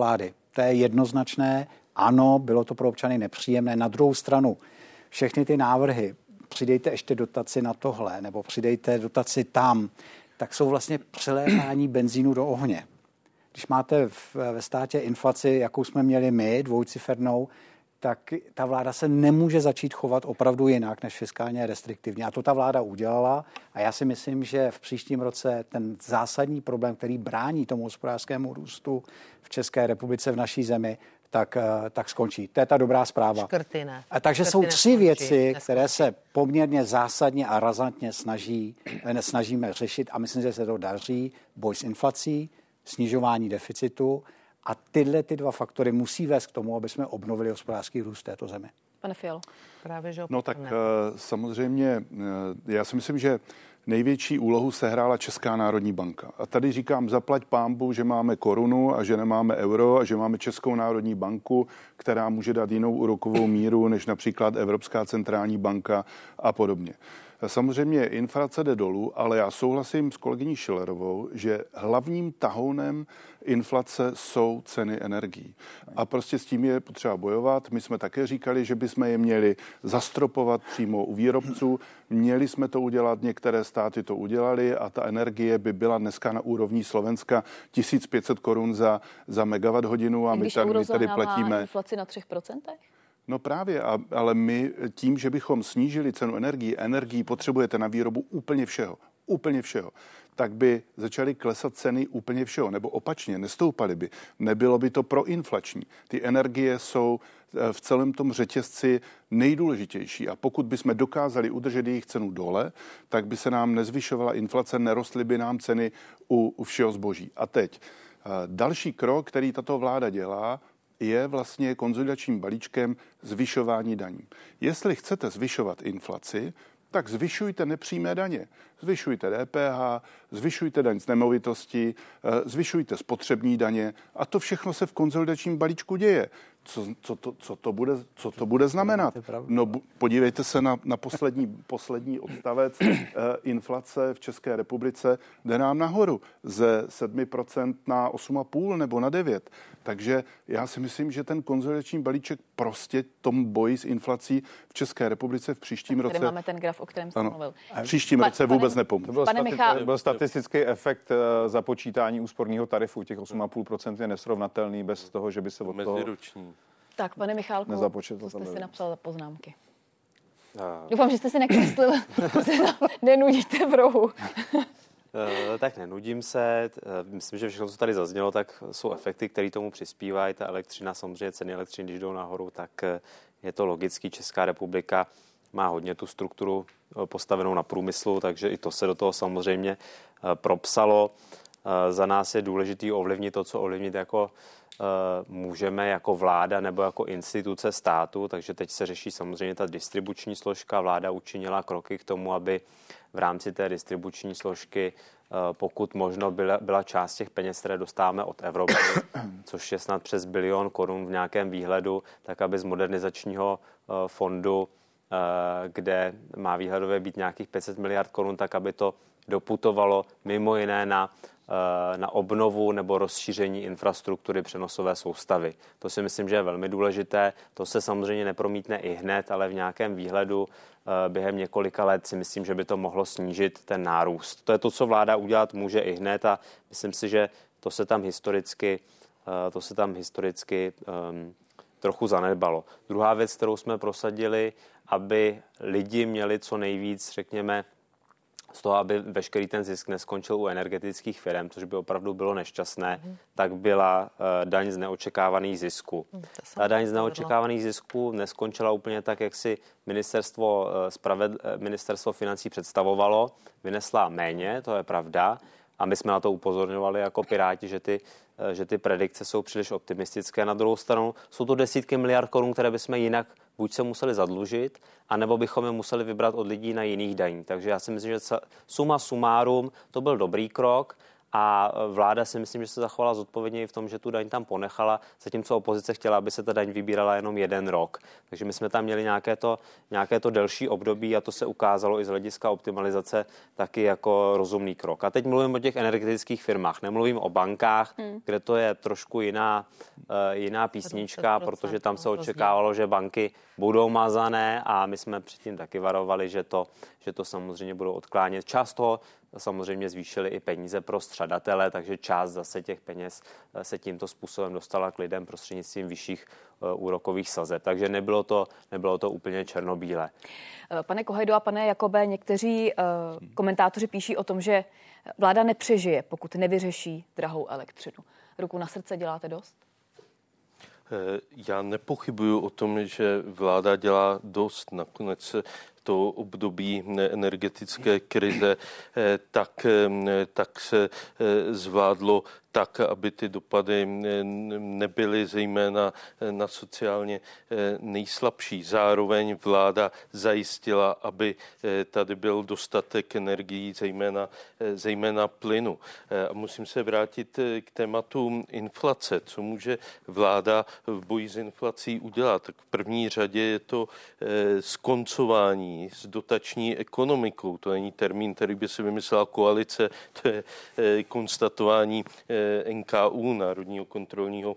To je jednoznačné. Ano, bylo to pro občany nepříjemné. Na druhou stranu, všechny ty návrhy, přidejte ještě dotaci na tohle, nebo přidejte dotaci tam, tak jsou vlastně přilévání benzínu do ohně. Když máte v, ve státě inflaci, jakou jsme měli my, dvoucifernou, tak ta vláda se nemůže začít chovat opravdu jinak než fiskálně restriktivně. A to ta vláda udělala a já si myslím, že v příštím roce ten zásadní problém, který brání tomu hospodářskému růstu v České republice, v naší zemi, tak, tak skončí. To je ta dobrá zpráva. Škrty ne. A takže Škrty jsou tři neskončí, věci, neskončí. které se poměrně zásadně a razantně snaží, snažíme řešit a myslím, že se to daří. Boj s inflací, snižování deficitu a tyhle ty dva faktory musí vést k tomu, aby jsme obnovili hospodářský růst této zemi. Pane Fialo. Právě, že no tak ne. samozřejmě, já si myslím, že největší úlohu sehrála Česká národní banka. A tady říkám, zaplať pánbu, že máme korunu a že nemáme euro a že máme Českou národní banku, která může dát jinou úrokovou míru než například Evropská centrální banka a podobně. Samozřejmě inflace jde dolů, ale já souhlasím s kolegyní Schillerovou, že hlavním tahounem inflace jsou ceny energií. A prostě s tím je potřeba bojovat. My jsme také říkali, že bychom je měli zastropovat přímo u výrobců. Měli jsme to udělat, některé státy to udělali a ta energie by byla dneska na úrovni Slovenska tisíc pět set korun za, za megawatt hodinu a my tady, my tady platíme inflaci na tři procenta? No právě, a, ale my tím, že bychom snížili cenu energii, energii potřebujete na výrobu úplně všeho, úplně všeho, tak by začaly klesat ceny úplně všeho, nebo opačně, nestoupaly by. Nebylo by to proinflační. Ty energie jsou v celém tom řetězci nejdůležitější a pokud bychom dokázali udržet jejich cenu dole, tak by se nám nezvyšovala inflace, nerostly by nám ceny u, u všeho zboží. A teď další krok, který tato vláda dělá, je vlastně konsolidačním balíčkem zvyšování daní. Jestli chcete zvyšovat inflaci, tak zvyšujte nepřímé daně. Zvyšujte D P H, zvyšujte daň z nemovitosti, zvyšujte spotřební daně a to všechno se v konsolidačním balíčku děje. Co, co, to, co, to, bude, co to bude znamenat? No podívejte se na, na poslední, poslední odstavec. Eh, inflace v České republice jde nám nahoru ze sedm procent na osm celá pět nebo na devět. Takže já si myslím, že ten konsolidační balíček prostě tomu boji s inflací v České republice v příštím tak roce... Tady máme ten graf, o kterém jsem mluvil. V příštím pa, roce pane, vůbec nepomůže. To byl, pane stati- Michal... byl statistický efekt uh, započítání úsporného tarifu. Těch osm celá pět procenta je nesrovnatelný bez toho, že by se od toho... Meziroční. Tak, pane Michálku, co jste si napsal za poznámky? A... Doufám, že jste si nekreslil, nenudíte v rohu. Tak nenudím se. Myslím, že všechno, co tady zaznělo, tak jsou efekty, které tomu přispívají. Ta elektřina, samozřejmě ceny elektřiny, když jdou nahoru, tak je to logický. Česká republika má hodně tu strukturu postavenou na průmyslu, takže i to se do toho samozřejmě propsalo. Za nás je důležité ovlivnit to, co ovlivnit jako můžeme jako vláda nebo jako instituce státu, takže teď se řeší samozřejmě ta distribuční složka. Vláda učinila kroky k tomu, aby v rámci té distribuční složky pokud možno byla, byla část těch peněz, které dostáváme od Evropy, což je snad přes bilion korun v nějakém výhledu, tak aby z modernizačního fondu, kde má výhledově být nějakých pět set miliard korun, tak aby to doputovalo mimo jiné na na obnovu nebo rozšíření infrastruktury přenosové soustavy. To si myslím, že je velmi důležité. To se samozřejmě nepromítne i hned, ale v nějakém výhledu během několika let si myslím, že by to mohlo snížit ten nárůst. To je to, co vláda udělat může i hned a myslím si, že to se tam historicky, to se tam historicky um, trochu zanedbalo. Druhá věc, kterou jsme prosadili, aby lidi měli co nejvíc, řekněme, z toho, aby veškerý ten zisk neskončil u energetických firm, což by opravdu bylo nešťastné, mm. tak byla uh, daň z neočekávaných zisků. Mm, Ta daň z neočekávaných zisků neskončila úplně tak, jak si ministerstvo, uh, spraved, uh, ministerstvo financí představovalo. Vynesla méně, to je pravda. A my jsme na to upozorňovali jako Piráti, že ty, uh, že ty predikce jsou příliš optimistické. Na druhou stranu jsou to desítky miliard korun, které bychom jinak buď se museli zadlužit, anebo bychom je museli vybrat od lidí na jiných daních. Takže já si myslím, že suma sumárum to byl dobrý krok a vláda si myslím, že se zachovala zodpovědně i v tom, že tu daň tam ponechala, zatímco opozice chtěla, aby se ta daň vybírala jenom jeden rok. Takže my jsme tam měli nějaké to, nějaké to delší období a to se ukázalo i z hlediska optimalizace taky jako rozumný krok. A teď mluvím o těch energetických firmách, nemluvím o bankách, hmm. kde to je trošku jiná, uh, jiná písnička, protože tam se očekávalo, že banky budou mazané a my jsme předtím taky varovali, že to, že to samozřejmě budou odklánět. Část toho samozřejmě zvýšily i peníze pro střadatele, takže část zase těch peněz se tímto způsobem dostala k lidem prostřednictvím vyšších uh, úrokových sazeb. Takže nebylo to, nebylo to úplně černobílé. Pane Kohajdo a pane Jakobe, někteří uh, komentátoři píší o tom, že vláda nepřežije, pokud nevyřeší drahou elektřinu. Ruku na srdce, děláte dost? Já nepochybuju o tom, že vláda dělá dost. Nakonec to období energetické krize tak, tak se zvládlo tak, aby ty dopady nebyly zejména na sociálně nejslabší. Zároveň vláda zajistila, aby tady byl dostatek energií, zejména, zejména plynu. A musím se vrátit k tématu inflace. Co může vláda v boji s inflací udělat? Tak v první řadě je to skoncování s dotační ekonomikou. To není termín, který by si vymyslela koalice, to je konstatování N K U, Národního kontrolního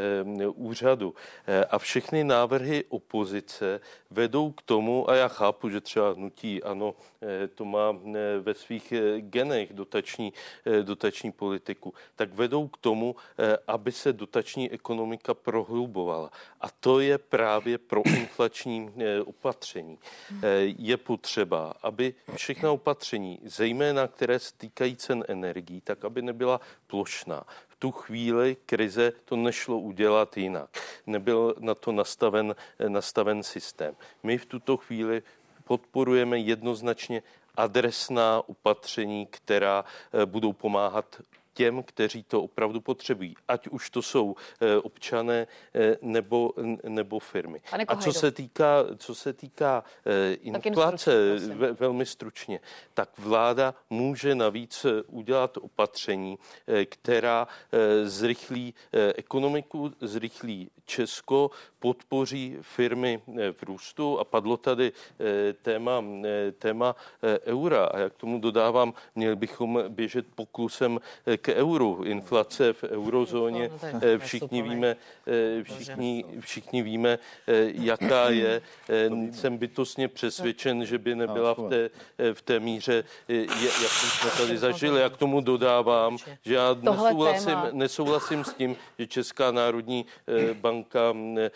úřadu. A všechny návrhy opozice vedou k tomu, a já chápu, že třeba hnutí ANO to má ve svých genech dotační, dotační politiku, tak vedou k tomu, aby se dotační ekonomika prohlubovala. A to je právě proinflační opatření. Je potřeba, aby všechna opatření, zejména které se týkají cen energií, tak aby nebyla plošná. V tu chvíli krize to nešlo udělat jinak. Nebyl na to nastaven, nastaven systém. My v tuto chvíli podporujeme jednoznačně adresná opatření, která budou pomáhat těm, kteří to opravdu potřebují. Ať už to jsou občané nebo, nebo firmy. A co se týká, co se týká inflace, ve, velmi stručně, tak vláda může navíc udělat opatření, která zrychlí ekonomiku, zrychlí Česko, podpoří firmy v růstu a padlo tady téma, téma eura. A jak tomu dodávám, měli bychom běžet poklusem k euru. Inflace v eurozóně, všichni víme, všichni, všichni víme, jaká je. Jsem bytostně přesvědčen, že by nebyla v té, v té míře, jak jsme tady zažili. Jak tomu dodávám, že já nesouhlasím, nesouhlasím s tím, že Česká národní banka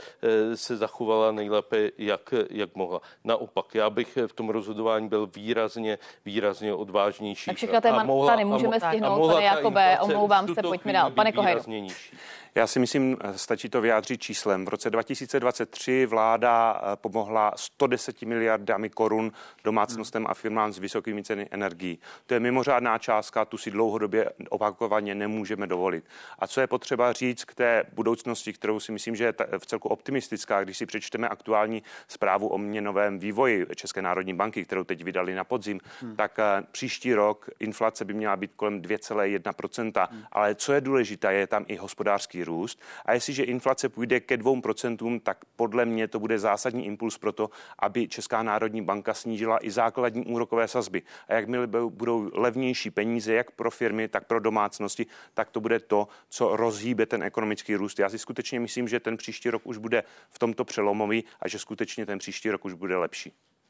se zachovala nejlépe, jak, jak mohla. Naopak, já bych v tom rozhodování byl výrazně, výrazně odvážnější. Tak všechna témata nemůžeme stihnout, pane Jakobe, omlouvám se, pojďme dál. Pane Kohajdo. Já si myslím, stačí to vyjádřit číslem. V roce dva tisíce dvacet tři vláda pomohla sto deset miliardami korun domácnostem a firmám s vysokými ceny energií. To je mimořádná částka, tu si dlouhodobě opakovaně nemůžeme dovolit. A co je potřeba říct k té budoucnosti, kterou si myslím, že je v celku optimistická, když si přečteme aktuální zprávu o měnovém vývoji České národní banky, kterou teď vydali na podzim, hmm. tak příští rok inflace by měla být kolem dvě celá jedna procenta. Hmm. Ale co je důležité, je tam i hospodářský růst. A jestliže inflace půjde ke dvou procentům, tak podle mě to bude zásadní impuls pro to, aby Česká národní banka snížila i základní úrokové sazby. A jakmile budou levnější peníze jak pro firmy, tak pro domácnosti, tak to bude to, co rozhýbe ten ekonomický růst. Já si skutečně myslím, že ten příští rok už bude v tomto přelomový a že skutečně ten příští rok už bude lepší.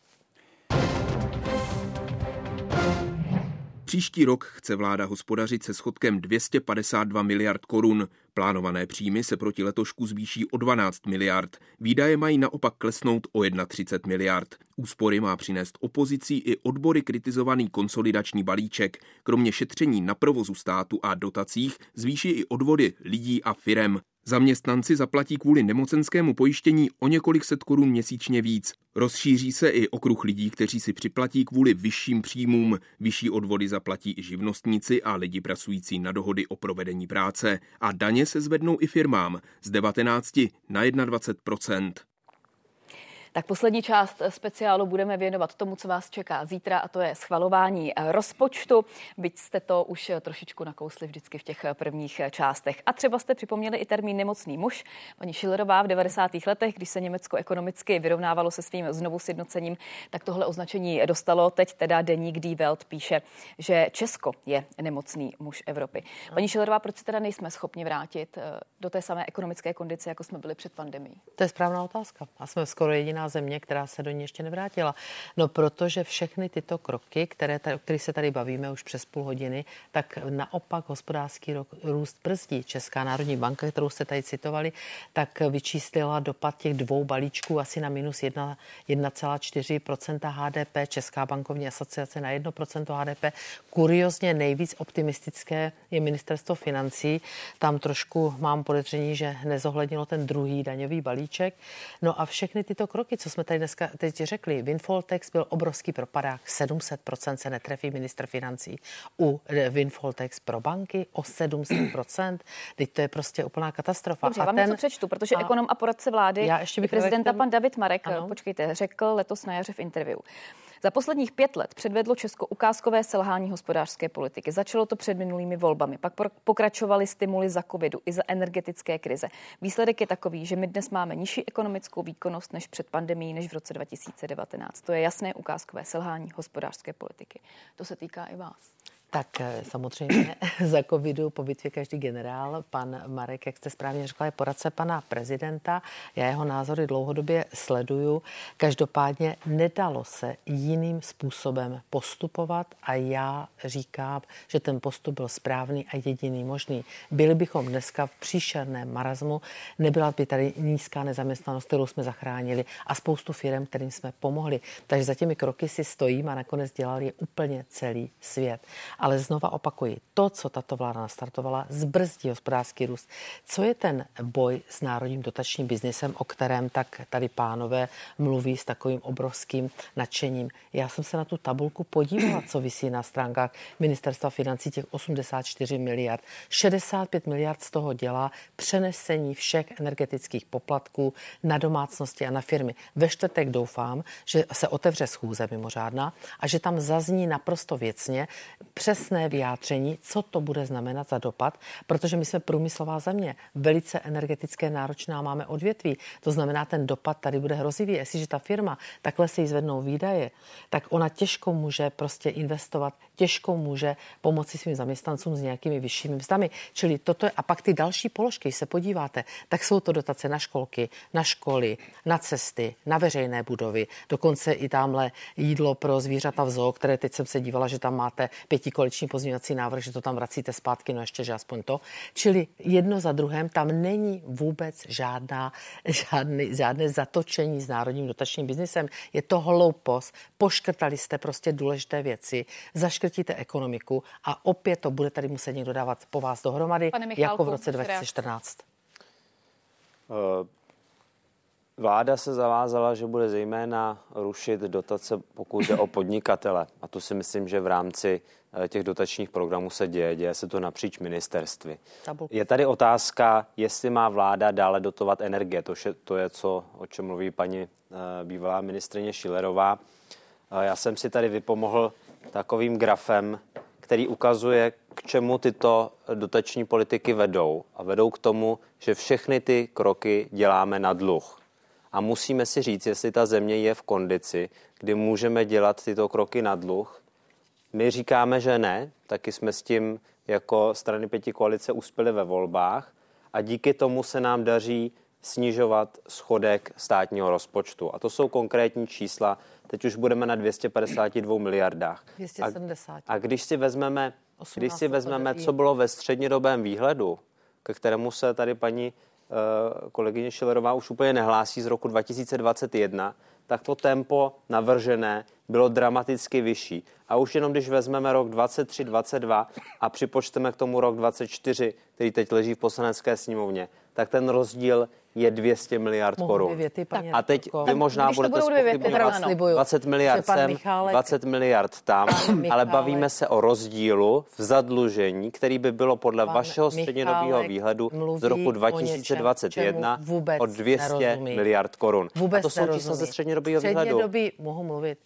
Příští rok chce vláda hospodařit se schodkem dvě stě padesát dva miliard korun. Plánované příjmy se proti letošku zvýší o dvanáct miliard. Výdaje mají naopak klesnout o třicet jedna miliard. Úspory má přinést opozicí i odbory kritizovaný konsolidační balíček. Kromě šetření na provozu státu a dotacích zvýší i odvody lidí a firem. Zaměstnanci zaplatí kvůli nemocenskému pojištění o několik set korun měsíčně víc. Rozšíří se i okruh lidí, kteří si připlatí kvůli vyšším příjmům. Vyšší odvody zaplatí i živnostníci a lidi pracující na dohody o provedení práce. A daně se zvednou i firmám z devatenáct na dvacet jedna procent. Tak poslední část speciálu budeme věnovat tomu, co vás čeká zítra, a to je schvalování rozpočtu. Byť jste to už trošičku nakousli vždycky v těch prvních částech. A třeba jste připomněli i termín nemocný muž. Paní Schillerová v devadesátých letech, když se Německo ekonomicky vyrovnávalo se svým znovu sjednocením, tak tohle označení dostalo. Teď teda deník Die Welt píše, že Česko je nemocný muž Evropy. Paní Schillerová, proč se teda nejsme schopni vrátit do té samé ekonomické kondice, jako jsme byli před pandemií? To je správná otázka. A jsme skoro jediná země, která se do ní ještě nevrátila. No, protože všechny tyto kroky, které tady, o kterých se tady bavíme už přes půl hodiny, tak naopak hospodářský růst brzdí. Česká národní banka, kterou jste tady citovali, tak vyčíslila dopad těch dvou balíčků asi na minus jedna celá čtyři procenta H D P, Česká bankovní asociace na jedno procento H D P. Kuriozně nejvíc optimistické je ministerstvo financí. Tam trošku mám podezření, že nezohlednilo ten druhý daňový balíček. No a všechny tyto kroky, co jsme tady dneska teď řekli, windfall tax byl obrovský propadák, sedm set procent se netrefí ministr financí. U windfall tax pro banky o sedm set procent, teď to je prostě úplná katastrofa. Dobře, a vám ten... něco přečtu, protože a... ekonom a poradce vlády i prezidenta ten... pan David Marek, ano. počkejte, řekl letos na jaře v interview. Za posledních pět let předvedlo Česko ukázkové selhání hospodářské politiky. Začalo to před minulými volbami, pak pokračovaly stimuly za covidu i za energetické krize. Výsledek je takový, že my dnes máme nižší ekonomickou výkonnost než před pandemií, než v roce dva tisíce devatenáct. To je jasné ukázkové selhání hospodářské politiky. To se týká i vás. Tak samozřejmě za covidu po bitvě každý generál. Pan Marek, jak jste správně řekla, je poradce pana prezidenta. Já jeho názory dlouhodobě sleduju. Každopádně nedalo se jiným způsobem postupovat a já říkám, že ten postup byl správný a jediný možný. Byli bychom dneska v příšerném marazmu, nebyla by tady nízká nezaměstnanost, kterou jsme zachránili a spoustu firem, kterým jsme pomohli. Takže za těmi kroky si stojím a nakonec dělal je úplně celý svět. Ale znova opakuji, to, co tato vláda nastartovala, zbrzdí hospodářský růst. Co je ten boj s národním dotačním biznesem, o kterém tak tady pánové mluví s takovým obrovským nadšením? Já jsem se na tu tabulku podívala, co visí na stránkách Ministerstva financí, těch osmdesát čtyři miliard. šedesát pět miliard z toho dělá přenesení všech energetických poplatků na domácnosti a na firmy. Ve čtvrtek doufám, že se otevře schůze mimořádná a že tam zazní naprosto věcně přesné vyjádření, co to bude znamenat za dopad, protože my jsme průmyslová země, velice energetické náročná máme odvětví. To znamená, ten dopad tady bude hrozivý. Jestliže ta firma takhle si zvednou výdaje, tak ona těžko může prostě investovat, těžko může pomoci svým zaměstnancům s nějakými vyššími mzdami. Čili toto je, a pak ty další položky, když se podíváte, tak jsou to dotace na školky, na školy, na cesty, na veřejné budovy, dokonce i tamhle jídlo pro zvířata v zoo, které teď jsem se dívala, že tam máte pětikoaliční pozměňovací návrh, že to tam vracíte zpátky, no ještě, že aspoň to. Čili jedno za druhém, tam není vůbec žádná, žádný, žádné zatočení s národním dotačním biznesem. Je to hloupost. Poškrtali jste prostě důležité věci, zaškrtíte ekonomiku a opět to bude tady muset někdo dávat po vás dohromady, Michálku, jako v roce dva tisíce čtrnáct. Uh... Vláda se zavázala, že bude zejména rušit dotace, pokud jde o podnikatele. A to si myslím, že v rámci těch dotačních programů se děje. Děje se to napříč ministerství. Je tady otázka, jestli má vláda dále dotovat energie. To je, to je co, o čem mluví paní bývalá ministryně Schillerová. Já jsem si tady vypomohl takovým grafem, který ukazuje, k čemu tyto dotační politiky vedou. A vedou k tomu, že všechny ty kroky děláme na dluh. A musíme si říct, jestli ta země je v kondici, kdy můžeme dělat tyto kroky na dluh. My říkáme, že ne, taky jsme s tím jako strany pětikoalice uspěli ve volbách a díky tomu se nám daří snižovat schodek státního rozpočtu. A to jsou konkrétní čísla, teď už budeme na dvě stě padesát dva miliardách. dvě stě sedmdesát. A, a když si vezmeme, když si vezmeme, co bylo ve střednědobém výhledu, ke kterému se tady paní kolegyně Schillerová už úplně nehlásí z roku dva tisíce dvacet jedna, tak to tempo navržené bylo dramaticky vyšší. A už jenom když vezmeme rok dvacet tři dvacet dva a připočteme k tomu rok dvacet čtyři, který teď leží v Poslanecké sněmovně, tak ten rozdíl je dvě stě miliard korun. A teď vy možná budete zpochybňovat dvacet miliard sem, Michálek, dvacet miliard tam, ale bavíme se o rozdílu v zadlužení, který by bylo podle vašeho střednědobého výhledu z roku dva tisíce dvacet jedna o dvě stě nerozumí. Miliard korun. Vůbec a to jsou čísla ze střednědobého výhledu. Střednědobý, mohu mluvit,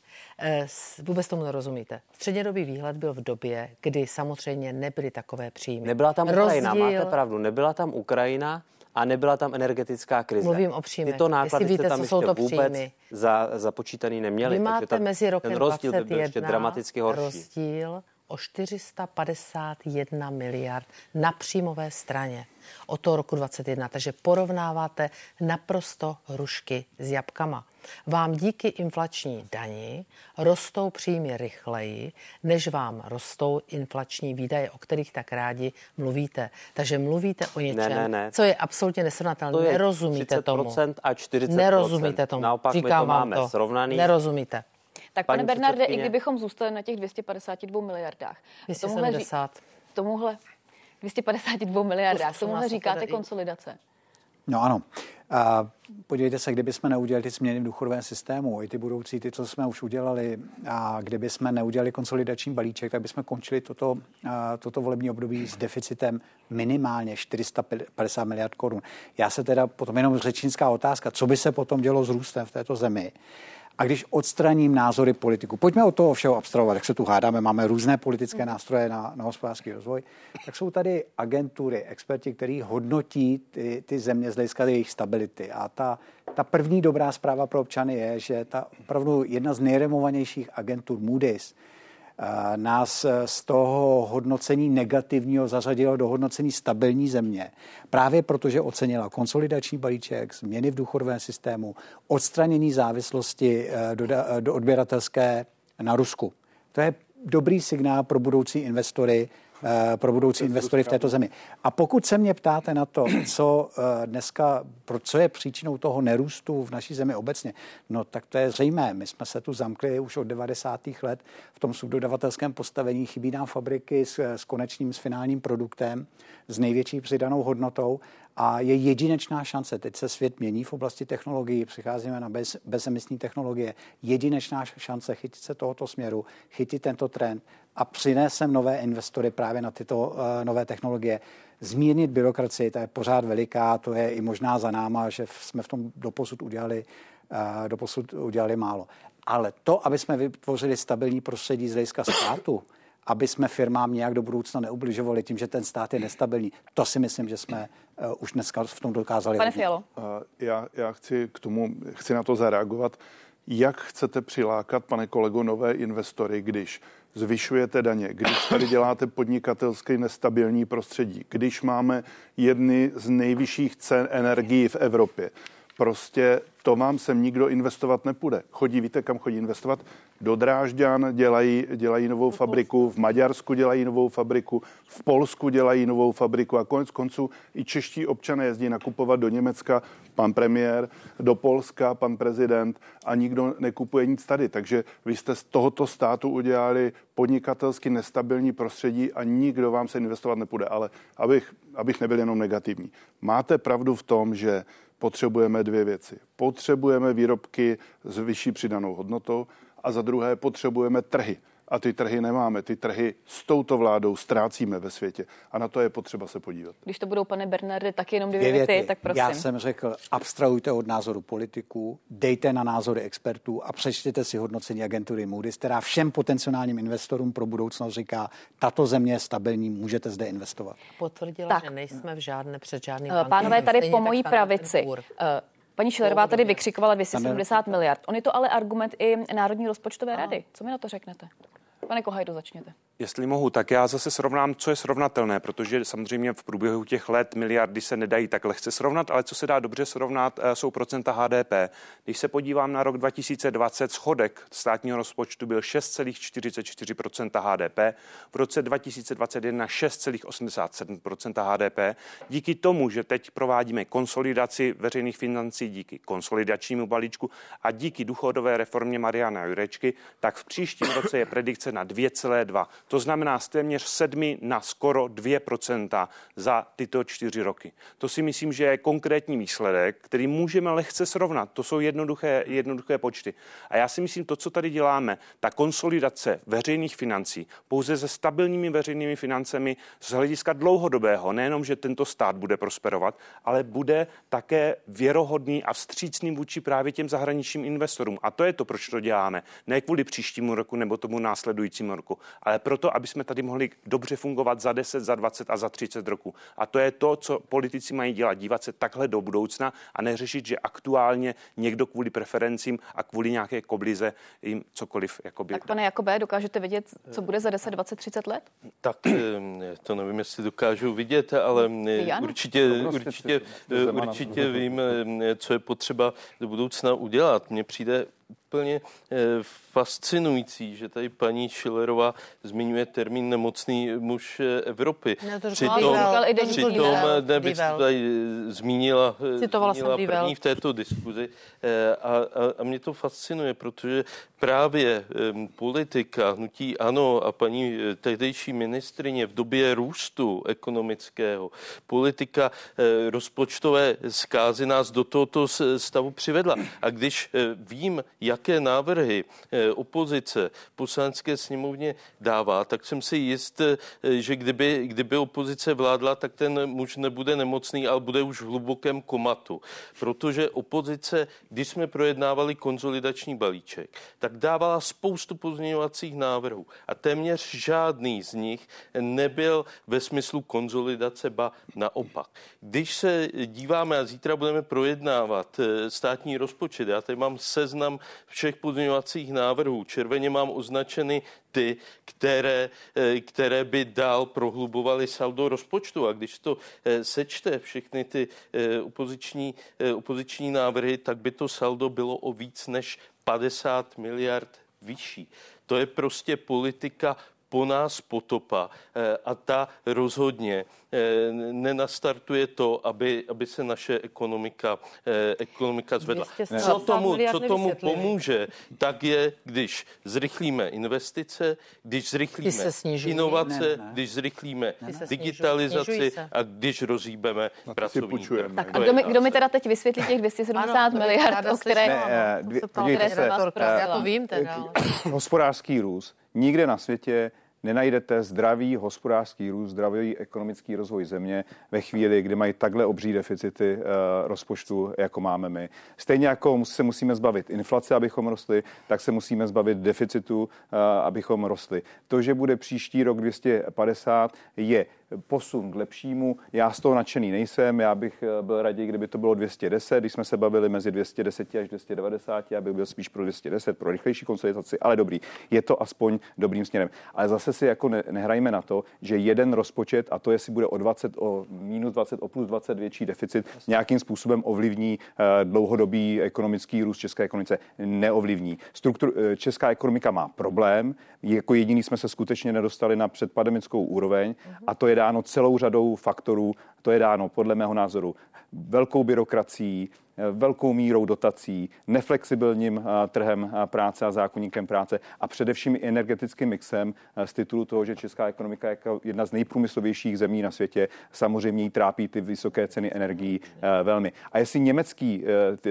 vůbec tomu nerozumíte. Střednědobý výhled byl v době, kdy samozřejmě nebyly takové příjmy. Nebyla tam Ukrajina, Rozdíl... máte pravdu, nebyla tam Ukrajina a nebyla tam energetická krize. Mluvím o příjmech. Tyto náklady víte, jste tam ještě vůbec za, započítaný neměli. Vy máte ta, mezi rokem ten rozdíl by byl ještě dramaticky horší. Rozdíl o čtyři sta padesát jedna miliard na příjmové straně od toho roku dvacet jedna. Takže porovnáváte naprosto hrušky s jabkama. Vám díky inflační dani rostou příjmy rychleji, než vám rostou inflační výdaje, o kterých tak rádi mluvíte. Takže mluvíte o něčem, ne, ne, ne. co je absolutně nesrovnatelné. To je Nerozumíte tomu. třicet procent a čtyřicet procent. Nerozumíte tomu. Naopak Říkám my to máme vám to. srovnaný. Nerozumíte. Tak pane Bernarde, i kdybychom zůstali na těch dvě stě padesát dva miliardách. dvě stě sedmdesát. Tomuhle dvě stě padesát dva miliardách. Tomuhle říkáte konsolidace. No ano. A podívejte se, kdyby jsme neudělali ty změny v důchodovém systému, i ty budoucí, ty, co jsme už udělali, a kdyby jsme neudělali konsolidační balíček, tak bychom končili toto, toto volební období s deficitem minimálně čtyři sta padesát miliard korun. Já se teda potom jenom řečnická otázka, co by se potom dělo s růstem v této zemi. A když odstraním názory politiků, pojďme od toho všeho abstrahovat, jak se tu hádáme, máme různé politické nástroje na, na hospodářský rozvoj, tak jsou tady agentury, experti, kteří hodnotí ty, ty země z hlediska jejich stability. A ta, ta první dobrá zpráva pro občany je, že ta opravdu jedna z nejrenomovanějších agentur Moody's nás z toho hodnocení negativního zařadilo do hodnocení stabilní země. Právě protože ocenila konsolidační balíček, změny v důchodovém systému, odstranění závislosti do, do odběratelské na Rusku. To je dobrý signál pro budoucí investory, pro budoucí investory v této zemi. A pokud se mě ptáte na to, co dneska, co je příčinou toho nerůstu v naší zemi obecně, no tak to je zřejmé. My jsme se tu zamkli už od devadesátých let v tom subdodavatelském postavení. Chybí nám fabriky s, s konečným, s finálním produktem, s největší přidanou hodnotou a je jedinečná šance. Teď se svět mění v oblasti technologií, přicházíme na bez, bezemisní technologie. Jedinečná šance chytit se tohoto směru, chytit tento trend a přinesem nové investory právě na tyto uh, nové technologie. Zmírnit byrokracii, ta je pořád veliká, to je i možná za náma, že jsme v tom doposud udělali, uh, doposud udělali málo. Ale to, aby jsme vytvořili stabilní prostředí z hlediska státu, aby jsme firmám nějak do budoucna neubližovali tím, že ten stát je nestabilní, to si myslím, že jsme uh, už dneska v tom dokázali. Pane Fialo. Uh, já, já chci k tomu, chci na to zareagovat. Jak chcete přilákat, pane kolego, nové investory, když zvyšujete daně, když tady děláte podnikatelské nestabilní prostředí, když máme jedny z nejvyšších cen energií v Evropě? Prostě to vám sem nikdo investovat nepůjde. Chodí, víte, kam chodí investovat? Do Drážďan dělají, dělají novou fabriku, v Maďarsku dělají novou fabriku, v Polsku dělají novou fabriku a konec konců i čeští občané jezdí nakupovat do Německa, pan premiér, do Polska, pan prezident a nikdo nekupuje nic tady. Takže vy jste z tohoto státu udělali podnikatelsky nestabilní prostředí a nikdo vám se investovat nepůjde. Ale abych, abych nebyl jenom negativní. Máte pravdu v tom, že potřebujeme dvě věci. Potřebujeme výrobky s vyšší přidanou hodnotou a za druhé potřebujeme trhy. A ty trhy nemáme. Ty trhy s touto vládou ztrácíme ve světě. A na to je potřeba se podívat. Když to budou, pane Bernarde, tak jenom dvě věty, tak prosím. Já jsem řekl, abstrahujte od názoru politiků, dejte na názory expertů a přečtěte si hodnocení agentury Moody's, která všem potenciálním investorům pro budoucnost říká, tato země je stabilní, můžete zde investovat. Potvrdila, tak. že nejsme v žádné před žádným bankem. Pánové, tady po mojí pravici. Paní Schillerová tady vykřikovala dvě stě sedmdesát miliard. On je to ale argument i Národní rozpočtové rady. Co mi na to řeknete? Pane Kohajdo, začněte. Jestli mohu, tak já zase srovnám, co je srovnatelné, protože samozřejmě v průběhu těch let miliardy se nedají tak lehce srovnat, ale co se dá dobře srovnat, jsou procenta H D P. Když se podívám na rok dva tisíce dvacet, schodek státního rozpočtu byl šest celá čtyřicet čtyři procenta H D P, v roce dva tisíce dvacet jedna šest celá osmdesát sedm procenta H D P. Díky tomu, že teď provádíme konsolidaci veřejných financí díky konsolidačnímu balíčku a díky důchodové reformě Mariana Jurečky, tak v příštím roce je predikce na dvě celá dva. To znamená z téměř sedmi na skoro dvě procenta za tyto čtyři roky. To si myslím, že je konkrétní výsledek, který můžeme lehce srovnat. To jsou jednoduché, jednoduché počty. A já si myslím, to, co tady děláme, ta konsolidace veřejných financí, pouze se stabilními veřejnými financemi z hlediska dlouhodobého, nejenom, že tento stát bude prosperovat, ale bude také věrohodný a vstřícný vůči právě těm zahraničním investorům. A to je to, proč to děláme. Ne kvůli příštímu roku nebo tomu následujícímu roku, ale proto, aby jsme tady mohli dobře fungovat za deset, za dvacet a za třicet roku. A to je to, co politici mají dělat, dívat se takhle do budoucna a neřešit, že aktuálně někdo kvůli preferencím a kvůli nějaké koblize jim cokoliv jakoby. Tak pane Jakobe, dokážete vidět, co bude za deset, dvacet, třicet let? Tak to nevím, jestli dokážu vidět, ale určitě, určitě, určitě vím, co je potřeba do budoucna udělat. Mně přijde úplně fascinující, že tady paní Schillerová zmiňuje termín nemocný muž Evropy. Přitom, přitom nebych tady zmínila, zmínila první v této diskuzi a, a, a mě to fascinuje, protože právě politika hnutí ANO a paní tehdejší ministryně v době růstu ekonomického, politika rozpočtové zkázy nás do tohoto stavu přivedla. A když vím, jaké návrhy opozice v Poslanecké sněmovně dává, tak jsem si jist, že kdyby, kdyby opozice vládla, tak ten muž nebude nemocný, ale bude už v hlubokém komatu. Protože opozice, když jsme projednávali konsolidační balíček, tak dávala spoustu pozměňovacích návrhů a téměř žádný z nich nebyl ve smyslu konsolidace, ba naopak. Když se díváme a zítra budeme projednávat státní rozpočet, já tady mám seznam všech pozměňovacích návrhů. Červeně mám označeny ty, které, které by dál prohlubovaly saldo rozpočtu. A když to sečte všechny ty opoziční, opoziční návrhy, tak by to saldo bylo o víc než padesát miliard vyšší. To je prostě politika po nás potopa a ta rozhodně nenastartuje to, aby, aby se naše ekonomika, ekonomika zvedla. Co tomu, co tomu pomůže, tak je, když zrychlíme investice, když zrychlíme inovace, ne, ne. když zrychlíme ne, ne. digitalizaci a když rozhýbeme pracovní trh. Tak a kdo mi, kdo mi teda teď vysvětlí těch dvě stě sedmdesát miliard, o které, ne, dvě, které se vás prosila? Já to vím teda. Hospodářský růst. Nikde na světě nenajdete zdravý hospodářský růst, zdravý ekonomický rozvoj země ve chvíli, kdy mají takhle obří deficity uh, rozpočtu, jako máme my. Stejně jako se musíme zbavit inflace, abychom rostli, tak se musíme zbavit deficitu, uh, abychom rostli. To, že bude příští rok dvě stě padesát, je posun k lepšímu. Já z toho nadšený nejsem, já bych byl raději, kdyby to bylo dvě stě deset, když jsme se bavili mezi dvě stě deset až dvě stě devadesát, já bych byl spíš pro dvě stě deset, pro rychlejší konsolidaci, ale dobrý. Je to aspoň dobrým směrem. Ale zase si jako ne, nehrajme na to, že jeden rozpočet, a to jestli bude o dvacet, o minus dvacet, o plus dvacet větší deficit, nějakým způsobem ovlivní uh, dlouhodobý ekonomický růst české ekonomice. Neovlivní. Struktur, uh, česká ekonomika má problém, jako jediný jsme se skutečně nedostali na předpandemickou úroveň a to je dáno celou řadou faktorů, to je dáno podle mého názoru velkou byrokracií, velkou mírou dotací, neflexibilním trhem práce a zákoníkem práce a především energetickým mixem z titulu toho, že česká ekonomika je jako jedna z nejprůmyslovějších zemí na světě, samozřejmě jí trápí ty vysoké ceny energií velmi. A jestli německý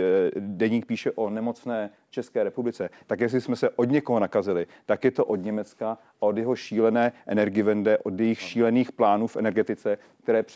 deník píše o nemocné České republice, tak jestli jsme se od někoho nakazili, tak je to od Německa a od jeho šílené energiewende, od jejich šílených plánů v energetice, které přebírá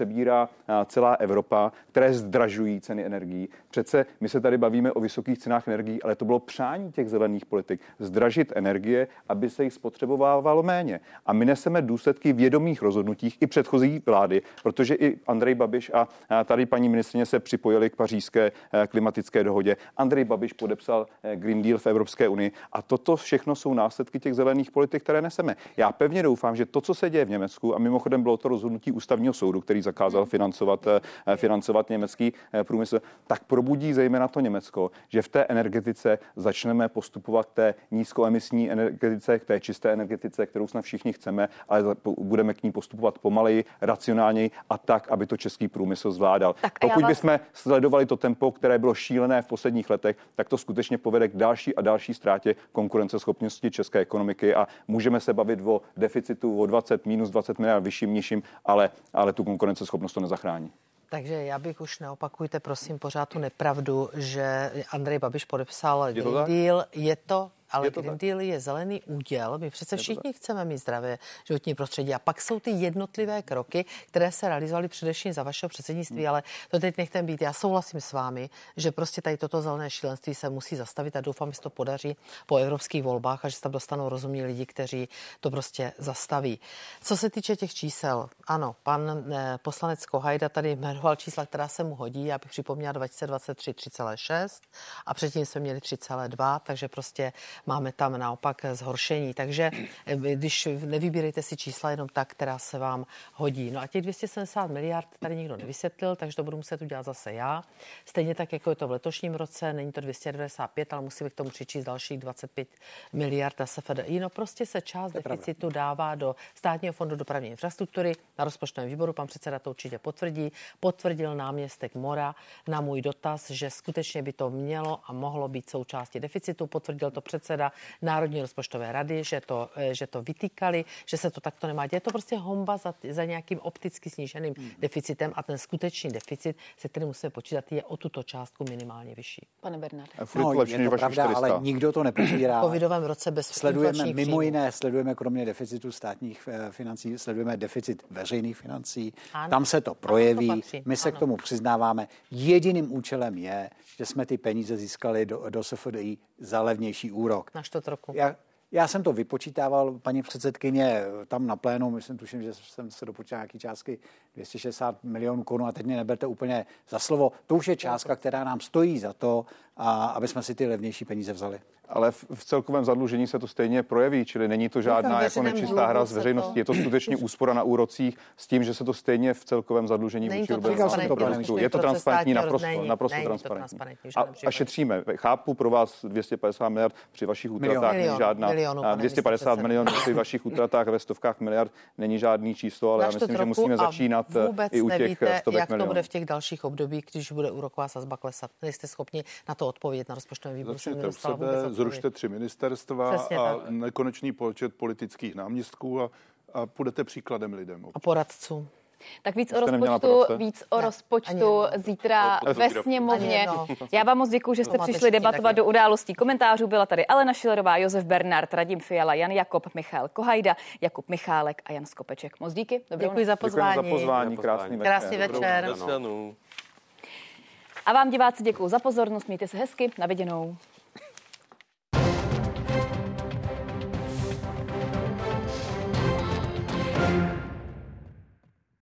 Amerika, celá Evropa, které zdražují ceny energií. Přece my se tady bavíme o vysokých cenách energií, ale to bylo přání těch zelených politik. Zdražit energie, aby se jich spotřebovávalo méně. A my neseme důsledky vědomých rozhodnutích i předchozí vlády, protože i Andrej Babiš a tady paní ministryně se připojili k pařížské klimatické dohodě. Andrej Babiš podepsal Green Deal v Evropské unii a toto všechno jsou následky těch zelených politik, které neseme. Já pevně doufám, že to, co se děje v Německu, a mimochodem bylo to rozhodnutí ústavního soudu, který zakázal financovat, financovat německý průmysl, tak probudí zejména to Německo, že v té energetice začneme postupovat k té nízkoemisní energetice, k té čisté energetice, kterou snad všichni chceme, ale budeme k ní postupovat pomaleji, racionálněji a tak, aby to český průmysl zvládal. Pokud vás... bychom sledovali to tempo, které bylo šílené v posledních letech, tak to skutečně povede k další a další ztrátě konkurenceschopnosti české ekonomiky a můžeme se bavit o deficitu o dvacet, minus dvacet miliard vyšším, nižším, ale, ale tu konkurenceschopnost to nezachrání. Takže já bych už neopakujte, prosím, pořád tu nepravdu, že Andrej Babiš podepsal Green Deal. Je to Ale Green Deal je zelený úděl. My přece všichni chceme mít zdravé životní prostředí. A pak jsou ty jednotlivé kroky, které se realizovaly především za vašeho předsednictví, hmm. ale to teď nechte být. Já souhlasím s vámi, že prostě tady toto zelené šílenství se musí zastavit a doufám, že se to podaří po evropských volbách a že se tam dostanou rozumní lidi, kteří to prostě zastaví. Co se týče těch čísel, ano, pan eh, poslanec Kohajda tady jmenoval čísla, která se mu hodí. Já bych připomněla dva tisíce dvacet tři tři celá šest a předtím jsme měli tři celá dva, takže prostě máme tam naopak zhoršení. Takže když nevybírejte si čísla jenom tak, která se vám hodí. No a těch dvě stě sedmdesát miliard tady nikdo nevysvětlil, takže to budu muset udělat zase já. Stejně tak, jako je to v letošním roce, není to dvě stě devadesát pět, ale musíme k tomu přičíst dalších dvacet pět miliard na S F D I. No prostě se část deficitu pravda. dává do Státního fondu dopravní infrastruktury. Na rozpočtovém výboru pan předseda to určitě potvrdí. Potvrdil náměstek Mora na můj dotaz, že skutečně by to mělo a mohlo být součástí deficitu. Potvrdil to předseda Národní rozpočtové rady, že to, že to vytýkali, že se to takto nemá dělat. Je to prostě honba za, za nějakým opticky sníženým hmm. deficitem a ten skutečný deficit, se kterým musíme počítat, je o tuto částku minimálně vyšší. Pane Bernard. No, je to pravda, ale nikdo to nepopírá. V covidovém roce bez sledujeme mimo příjmu. jiné, sledujeme kromě deficitu státních financí, sledujeme deficit veřejných financí. Ano. Tam se to projeví. To My se ano. k tomu přiznáváme. Jediným účelem je, že jsme ty peníze získali do, do S F D I za levnější úrok. Na čtvrt roku. Já, já jsem to vypočítával, paní předsedkyně, tam na plénu, myslím, tuším, že jsem se dopočítal nějaký částky dvě stě šedesát milionů korun a teď mě neberte úplně za slovo. To už je částka, která nám stojí za to, a aby jsme si ty levnější peníze vzali. Ale v, v celkovém zadlužení se to stejně projeví, čili není to žádná jako nečistá hra z veřejnosti. To... Je to skutečně úspora na úrocích s tím, že se to stejně v celkovém zadlužení vůči růstu. Je to transparentní, naprosto, není, naprosto není transparentní. transparentní a, a šetříme. Chápu pro vás dvě stě padesát miliard při vašich útratách není žádná. Milionu, dvě stě padesát milionů při vašich útratách ve stovkách miliard není žádný číslo, ale já myslím, že musíme začínat i u těch stovek milionů. Jak to bude v těch dalších obdobích, když bude úroková sazba klesat. Nejste schopni na to odpovědět na rozpočtovém výboru. Zrušte tři ministerstva a tak. nekonečný počet politických náměstků a, a půjdete příkladem lidem. A poradců. Tak víc o rozpočtu, víc o ne, rozpočtu zítra ve sněmovně. Já vám moc děkuji, že jste no, přišli debatovat taky. do událostí komentářů. Byla tady Alena Schillerová, Josef Bernard, Radim Fiala, Jan Jakob, Michal Kohajda, Jakub Michálek a Jan Skopeček. Moc díky. Dobrou děkuji za pozvání. Děkuji za pozvání. Krásný večer. Krásný večer. A vám diváci děkuji za pozornost. Mějte se hezky. Na viděnou.